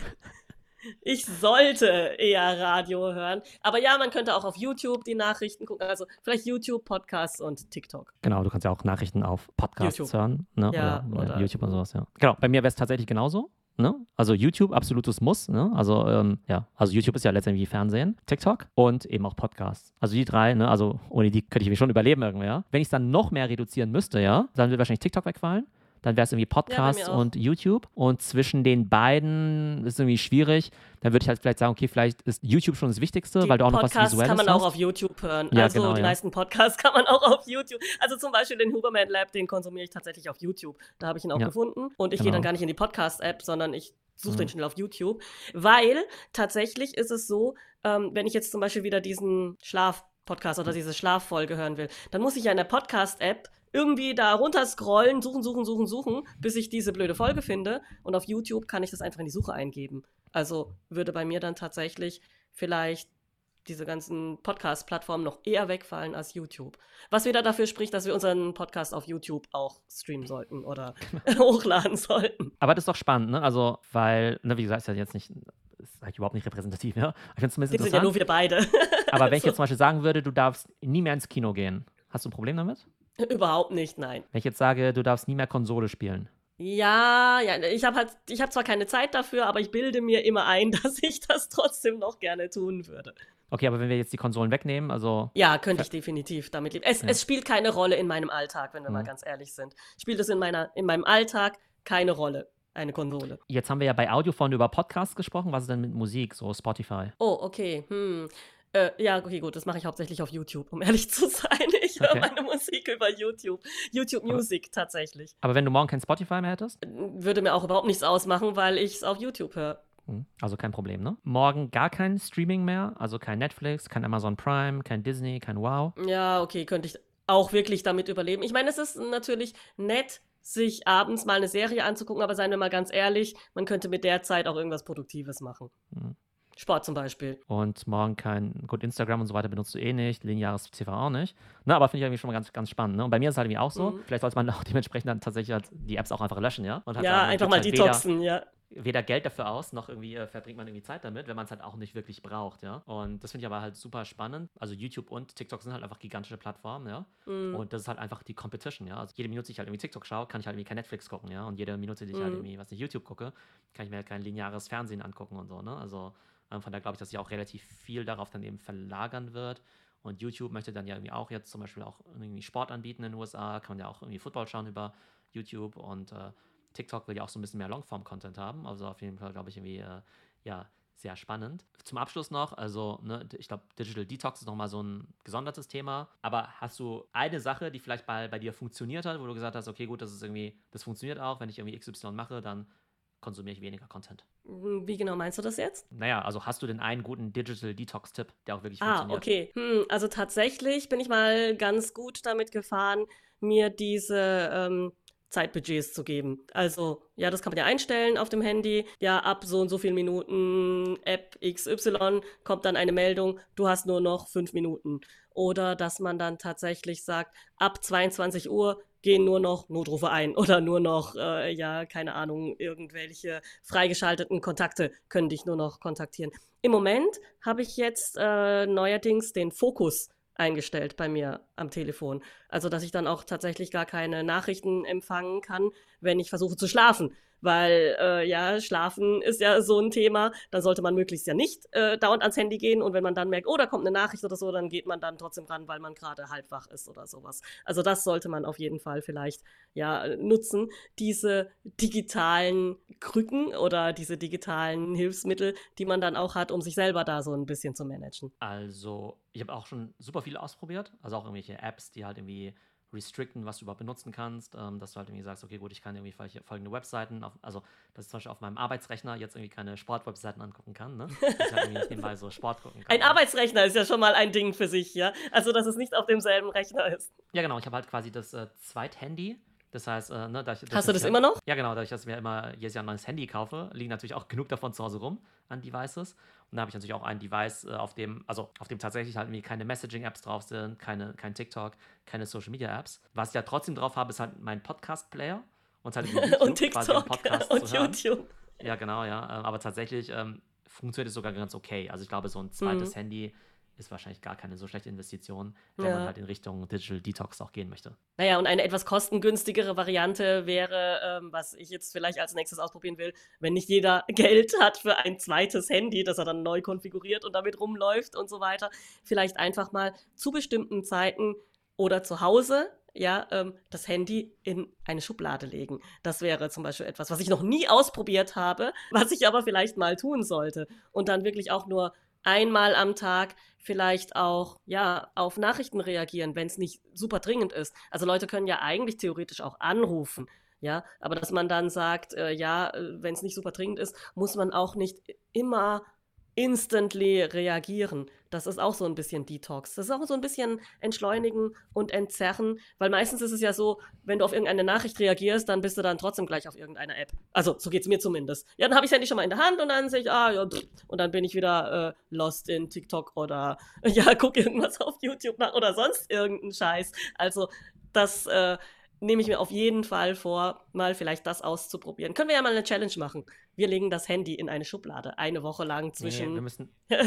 S2: Ich sollte eher Radio hören. Aber ja, man könnte auch auf YouTube die Nachrichten gucken. Also vielleicht YouTube, Podcasts und TikTok.
S1: Genau, du kannst ja auch Nachrichten auf Podcasts
S2: YouTube.
S1: hören, ne?
S2: Ja,
S1: oder, oder
S2: oder-
S1: YouTube und sowas, ja. Genau, bei mir wäre es tatsächlich genauso. Ne? Also YouTube, absolutes Muss. Ne? Also ähm, ja, also YouTube ist ja letztendlich Fernsehen, TikTok und eben auch Podcasts. Also die drei, ne? Also ohne die könnte ich mich schon überleben irgendwie, ja. Wenn ich es dann noch mehr reduzieren müsste, ja, dann wird wahrscheinlich TikTok wegfallen. dann wäre es irgendwie Podcasts
S2: Ja, bei mir auch.
S1: und YouTube. Und zwischen den beiden ist es irgendwie schwierig. Dann würde ich halt vielleicht sagen, okay, vielleicht ist YouTube schon das Wichtigste,
S2: Die
S1: weil du auch noch was
S2: Podcasts
S1: Visuelles
S2: kann man
S1: hast.
S2: auch auf YouTube hören.
S1: Ja,
S2: also
S1: genau,
S2: die
S1: ja.
S2: meisten Podcasts kann man auch auf YouTube. Also zum Beispiel den Huberman Lab, den konsumiere ich tatsächlich auf YouTube. Da habe ich ihn auch
S1: Ja,
S2: gefunden. Und ich
S1: genau.
S2: gehe dann gar nicht in die Podcast-App, sondern ich suche
S1: Mhm.
S2: den schnell auf YouTube. Weil tatsächlich ist es so, ähm, wenn ich jetzt zum Beispiel wieder diesen Schlaf-Podcast oder diese Schlaffolge hören will, dann muss ich ja in der Podcast-App irgendwie da runter scrollen, suchen, suchen, suchen, suchen, bis ich diese blöde Folge finde. Und auf YouTube kann ich das einfach in die Suche eingeben. Also würde bei mir dann tatsächlich vielleicht diese ganzen Podcast-Plattformen noch eher wegfallen als YouTube. Was wieder dafür spricht, dass wir unseren Podcast auf YouTube auch streamen sollten oder hochladen sollten.
S1: Aber das ist doch spannend, ne? Also, weil, ne, wie gesagt, ist ja jetzt nicht, ist halt überhaupt nicht repräsentativ, ja? Ich finde es zumindest
S2: Wir sind ja nur
S1: interessant.
S2: wir beide.
S1: Aber wenn ich
S2: So.
S1: jetzt zum Beispiel sagen würde, du darfst nie mehr ins Kino gehen, hast du ein Problem damit?
S2: Überhaupt nicht, nein.
S1: Wenn ich jetzt sage, du darfst nie mehr Konsole spielen.
S2: Ja, ja, ich habe halt, ich habe zwar keine Zeit dafür, aber ich bilde mir immer ein, dass ich das trotzdem noch gerne tun würde.
S1: Okay, aber wenn wir jetzt die Konsolen wegnehmen, also,
S2: Ja, könnte ich definitiv damit leben. Es,
S1: Ja.
S2: es spielt keine Rolle in meinem Alltag, wenn wir mal
S1: Mhm.
S2: ganz ehrlich sind. Spielt es in meiner, in meinem Alltag keine Rolle, eine Konsole.
S1: jetzt haben wir ja bei Audio vorhin über Podcasts gesprochen. Was ist denn mit Musik, so Spotify?
S2: Oh, okay. Hm. Äh, ja, okay, gut, das mache ich hauptsächlich auf YouTube, um ehrlich zu sein. Ich höre
S1: Okay.
S2: meine Musik über YouTube. YouTube
S1: Aber-
S2: Music tatsächlich.
S1: Aber wenn du morgen kein Spotify mehr hättest?
S2: Würde mir auch überhaupt nichts ausmachen, weil ich es auf YouTube höre.
S1: Hm, Also kein Problem, ne? Morgen gar kein Streaming mehr, also kein Netflix, kein Amazon Prime, kein Disney, kein Wow.
S2: Ja, okay, könnte ich auch wirklich damit überleben. Ich meine, es ist natürlich nett, sich abends mal eine Serie anzugucken, aber seien wir mal ganz ehrlich, man könnte mit der Zeit auch irgendwas Produktives machen.
S1: Hm.
S2: Sport zum Beispiel.
S1: Und morgen kein, gut, Instagram und so weiter benutzt du eh nicht, lineares T V auch nicht. Na, aber finde ich irgendwie schon mal ganz, ganz spannend, ne? Und bei mir ist es halt irgendwie auch so.
S2: Mhm.
S1: Vielleicht sollte man auch dementsprechend dann tatsächlich halt die Apps auch einfach löschen, ja? Und halt
S2: Ja,
S1: sagen, man
S2: einfach
S1: gibt
S2: mal
S1: halt
S2: detoxen, ja.
S1: Weder, weder Geld dafür aus, noch irgendwie äh, verbringt man irgendwie Zeit damit, wenn man es halt auch nicht wirklich braucht, ja? Und das finde ich aber halt super spannend. Also YouTube und TikTok sind halt einfach gigantische Plattformen, ja?
S2: Mhm.
S1: Und das ist halt einfach die Competition, ja? Also jede Minute, die ich halt irgendwie TikTok schaue, kann ich halt irgendwie kein Netflix gucken, ja? Und jede Minute, die ich halt
S2: Mhm.
S1: irgendwie, was nicht, YouTube gucke, kann ich mir halt kein lineares Fernsehen angucken und so, ne? Also ähm, von daher glaube ich, dass sich auch relativ viel darauf dann eben verlagern wird. Und YouTube möchte dann ja irgendwie auch jetzt zum Beispiel auch irgendwie Sport anbieten in den U S A, kann man ja auch irgendwie Football schauen über YouTube und äh, TikTok will ja auch so ein bisschen mehr Longform-Content haben. Also auf jeden Fall, glaube ich, irgendwie, äh, ja, sehr spannend. Zum Abschluss noch, also, ne, ich glaube, Digital Detox ist nochmal so ein gesondertes Thema. Aber hast du eine Sache, die vielleicht bei, bei dir funktioniert hat, wo du gesagt hast, okay, gut, das ist irgendwie, das funktioniert auch, wenn ich irgendwie X Y mache, dann konsumiere ich weniger Content.
S2: Wie genau meinst du das jetzt?
S1: Naja, also hast du denn einen guten Digital Detox-Tipp, der auch wirklich
S2: Ah,
S1: funktioniert?
S2: okay. Hm, also tatsächlich bin ich mal ganz gut damit gefahren, mir diese ähm, Zeitbudgets zu geben. Also, ja, das kann man ja einstellen auf dem Handy. Ja, ab so und so vielen Minuten App X Y kommt dann eine Meldung, du hast nur noch fünf Minuten. Oder dass man dann tatsächlich sagt, ab zweiundzwanzig Uhr gehen nur noch Notrufe ein oder nur noch, äh, ja, keine Ahnung, irgendwelche freigeschalteten Kontakte können dich nur noch kontaktieren. Im Moment habe ich jetzt äh, neuerdings den Fokus eingestellt bei mir am Telefon. Also, dass ich dann auch tatsächlich gar keine Nachrichten empfangen kann, wenn ich versuche zu schlafen. Weil, äh, ja, Schlafen ist ja so ein Thema, da sollte man möglichst ja nicht äh, dauernd ans Handy gehen und wenn man dann merkt, oh, da kommt eine Nachricht oder so, dann geht man dann trotzdem ran, weil man gerade halb wach ist oder sowas. Also das sollte man auf jeden Fall vielleicht, ja, nutzen, diese digitalen Krücken oder diese digitalen Hilfsmittel, die man dann auch hat, um sich selber da so ein bisschen zu managen.
S1: Also, ich habe auch schon super viele ausprobiert. Also auch irgendwelche Apps, die halt irgendwie restricten, was du überhaupt benutzen kannst. Ähm, dass du halt irgendwie sagst, okay, gut, ich kann irgendwie folge- folgende Webseiten, auf, also dass ich zum Beispiel auf meinem Arbeitsrechner jetzt irgendwie keine Sportwebseiten angucken kann, ne? Dass ich halt irgendwie nicht nebenbei so Sport gucken kann.
S2: Ein
S1: ne?
S2: Arbeitsrechner ist ja schon mal ein Ding für sich, ja? Also, dass es nicht auf demselben Rechner ist.
S1: Ja, genau. Ich habe halt quasi das äh, Zweithandy. Das heißt, äh, ne, da ich,
S2: Hast du das
S1: ich,
S2: immer noch?
S1: Ja, genau, dadurch, dass ich mir immer jedes Jahr ein neues Handy kaufe, liegen natürlich auch genug davon zu Hause rum an Devices. Und da habe ich natürlich auch ein Device, äh, auf dem, also auf dem tatsächlich halt irgendwie keine Messaging-Apps drauf sind, keine, kein TikTok, keine Social-Media-Apps. Was ich ja trotzdem drauf habe, ist halt mein Podcast-Player und halt irgendwie YouTube,
S2: Und
S1: quasi um
S2: TikTok
S1: Podcast
S2: und
S1: zu hören.
S2: YouTube.
S1: Ja, genau, ja. Ähm, aber tatsächlich ähm, funktioniert es sogar ganz okay. Also ich glaube, so ein zweites
S2: Mhm.
S1: Handy ist wahrscheinlich gar keine so schlechte Investition, wenn
S2: Ja.
S1: man halt in Richtung Digital Detox auch gehen möchte.
S2: Naja, und eine etwas kostengünstigere Variante wäre, ähm, was ich jetzt vielleicht als nächstes ausprobieren will, wenn nicht jeder Geld hat für ein zweites Handy, das er dann neu konfiguriert und damit rumläuft und so weiter, vielleicht einfach mal zu bestimmten Zeiten oder zu Hause ja, ähm, das Handy in eine Schublade legen. Das wäre zum Beispiel etwas, was ich noch nie ausprobiert habe, was ich aber vielleicht mal tun sollte. Und dann wirklich auch nur einmal am Tag vielleicht auch, ja, auf Nachrichten reagieren, wenn es nicht super dringend ist. Also Leute können ja eigentlich theoretisch auch anrufen, ja, aber dass man dann sagt, äh, ja, wenn es nicht super dringend ist, muss man auch nicht immer instantly reagieren. Das ist auch so ein bisschen Detox. Das ist auch so ein bisschen entschleunigen und entzerren, weil meistens ist es ja so, wenn du auf irgendeine Nachricht reagierst, dann bist du dann trotzdem gleich auf irgendeiner App. Also, so geht's mir zumindest. Ja, dann habe ich das Handy schon mal in der Hand und dann sehe ich, ah, ja, pff, und dann bin ich wieder äh, lost in TikTok oder ja, guck irgendwas auf YouTube nach oder sonst irgendeinen Scheiß. Also, das äh, nehme ich mir auf jeden Fall vor, mal vielleicht das auszuprobieren. Können wir ja mal eine Challenge machen. Wir legen das Handy in eine Schublade, eine Woche lang
S1: Nee,
S2: zwischen
S1: wir müssen,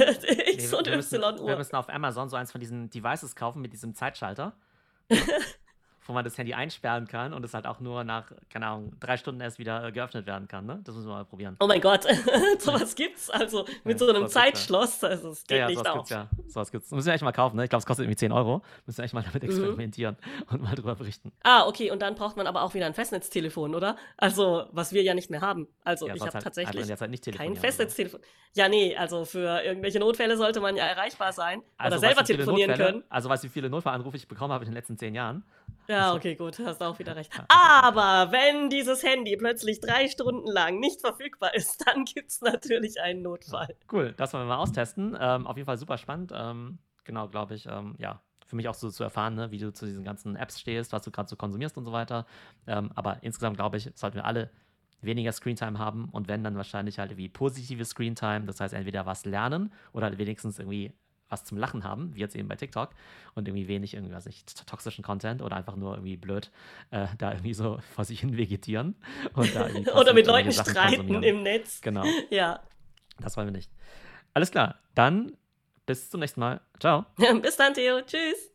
S2: X
S1: nee,
S2: und
S1: wir müssen, wir
S2: Y Uhr.
S1: müssen auf Amazon so eins von diesen Devices kaufen mit diesem Zeitschalter, ne? Wo man das Handy einsperren kann und es halt auch nur nach, keine Ahnung, drei Stunden erst wieder äh, geöffnet werden kann, ne? Das müssen wir mal probieren.
S2: Oh mein Gott,
S1: Ja,
S2: sowas gibt's also mit
S1: ja,
S2: so einem
S1: sowas gibt's ja.
S2: Zeitschloss. Also es
S1: Ja,
S2: geht
S1: ja,
S2: nicht
S1: sowas gibt's
S2: auf.
S1: ja. Sowas gibt's. Müssen wir echt mal kaufen, ne? Ich glaube, es kostet irgendwie zehn Euro. Müssen wir echt mal damit
S2: Mhm.
S1: experimentieren und mal drüber berichten.
S2: Ah, okay, und dann braucht man aber auch wieder ein Festnetztelefon, oder? Also, was wir ja nicht mehr haben. Also,
S1: Ja,
S2: ich
S1: sollst
S2: habe
S1: halt einfach in
S2: tatsächlich
S1: der Zeit nicht
S2: kein
S1: telefonieren oder so.
S2: Festnetztelefon. Ja, nee, also für irgendwelche Notfälle sollte man ja erreichbar sein oder
S1: Also, weißt
S2: selber
S1: du, wie viele
S2: telefonieren
S1: Notfälle,
S2: können.
S1: also weißt du, wie viele Notfallanrufe ich bekommen habe in den letzten zehn Jahren?
S2: Ja,
S1: Also,
S2: okay, gut, hast auch wieder recht.
S1: ja, das ist schon krass.
S2: Aber wenn dieses Handy plötzlich drei Stunden lang nicht verfügbar ist, dann gibt's natürlich einen
S1: Ja.
S2: Notfall.
S1: Cool, das wollen wir mal austesten. Ähm, auf jeden Fall super spannend. Ähm, genau, glaube ich, ähm, ja, für mich auch so zu erfahren, ne, wie du zu diesen ganzen Apps stehst, was du gerade so konsumierst und so weiter. Ähm, aber insgesamt, glaube ich, sollten wir alle weniger Screentime haben und wenn, dann wahrscheinlich halt irgendwie positive Screentime. Das heißt, entweder was lernen oder halt wenigstens irgendwie was zum Lachen haben, wie jetzt eben bei TikTok und irgendwie wenig irgendwie, weiß nicht, toxischen Content oder einfach nur irgendwie blöd äh, da irgendwie so vor sich hin vegetieren und da irgendwie
S2: Oder
S1: passiv
S2: mit
S1: irgendwelche
S2: Leuten
S1: Sachen
S2: streiten
S1: konsumieren.
S2: im Netz.
S1: Genau,
S2: Ja.
S1: das wollen wir nicht. Alles klar, dann bis zum nächsten Mal. Ciao.
S2: Bis dann, Theo. Tschüss.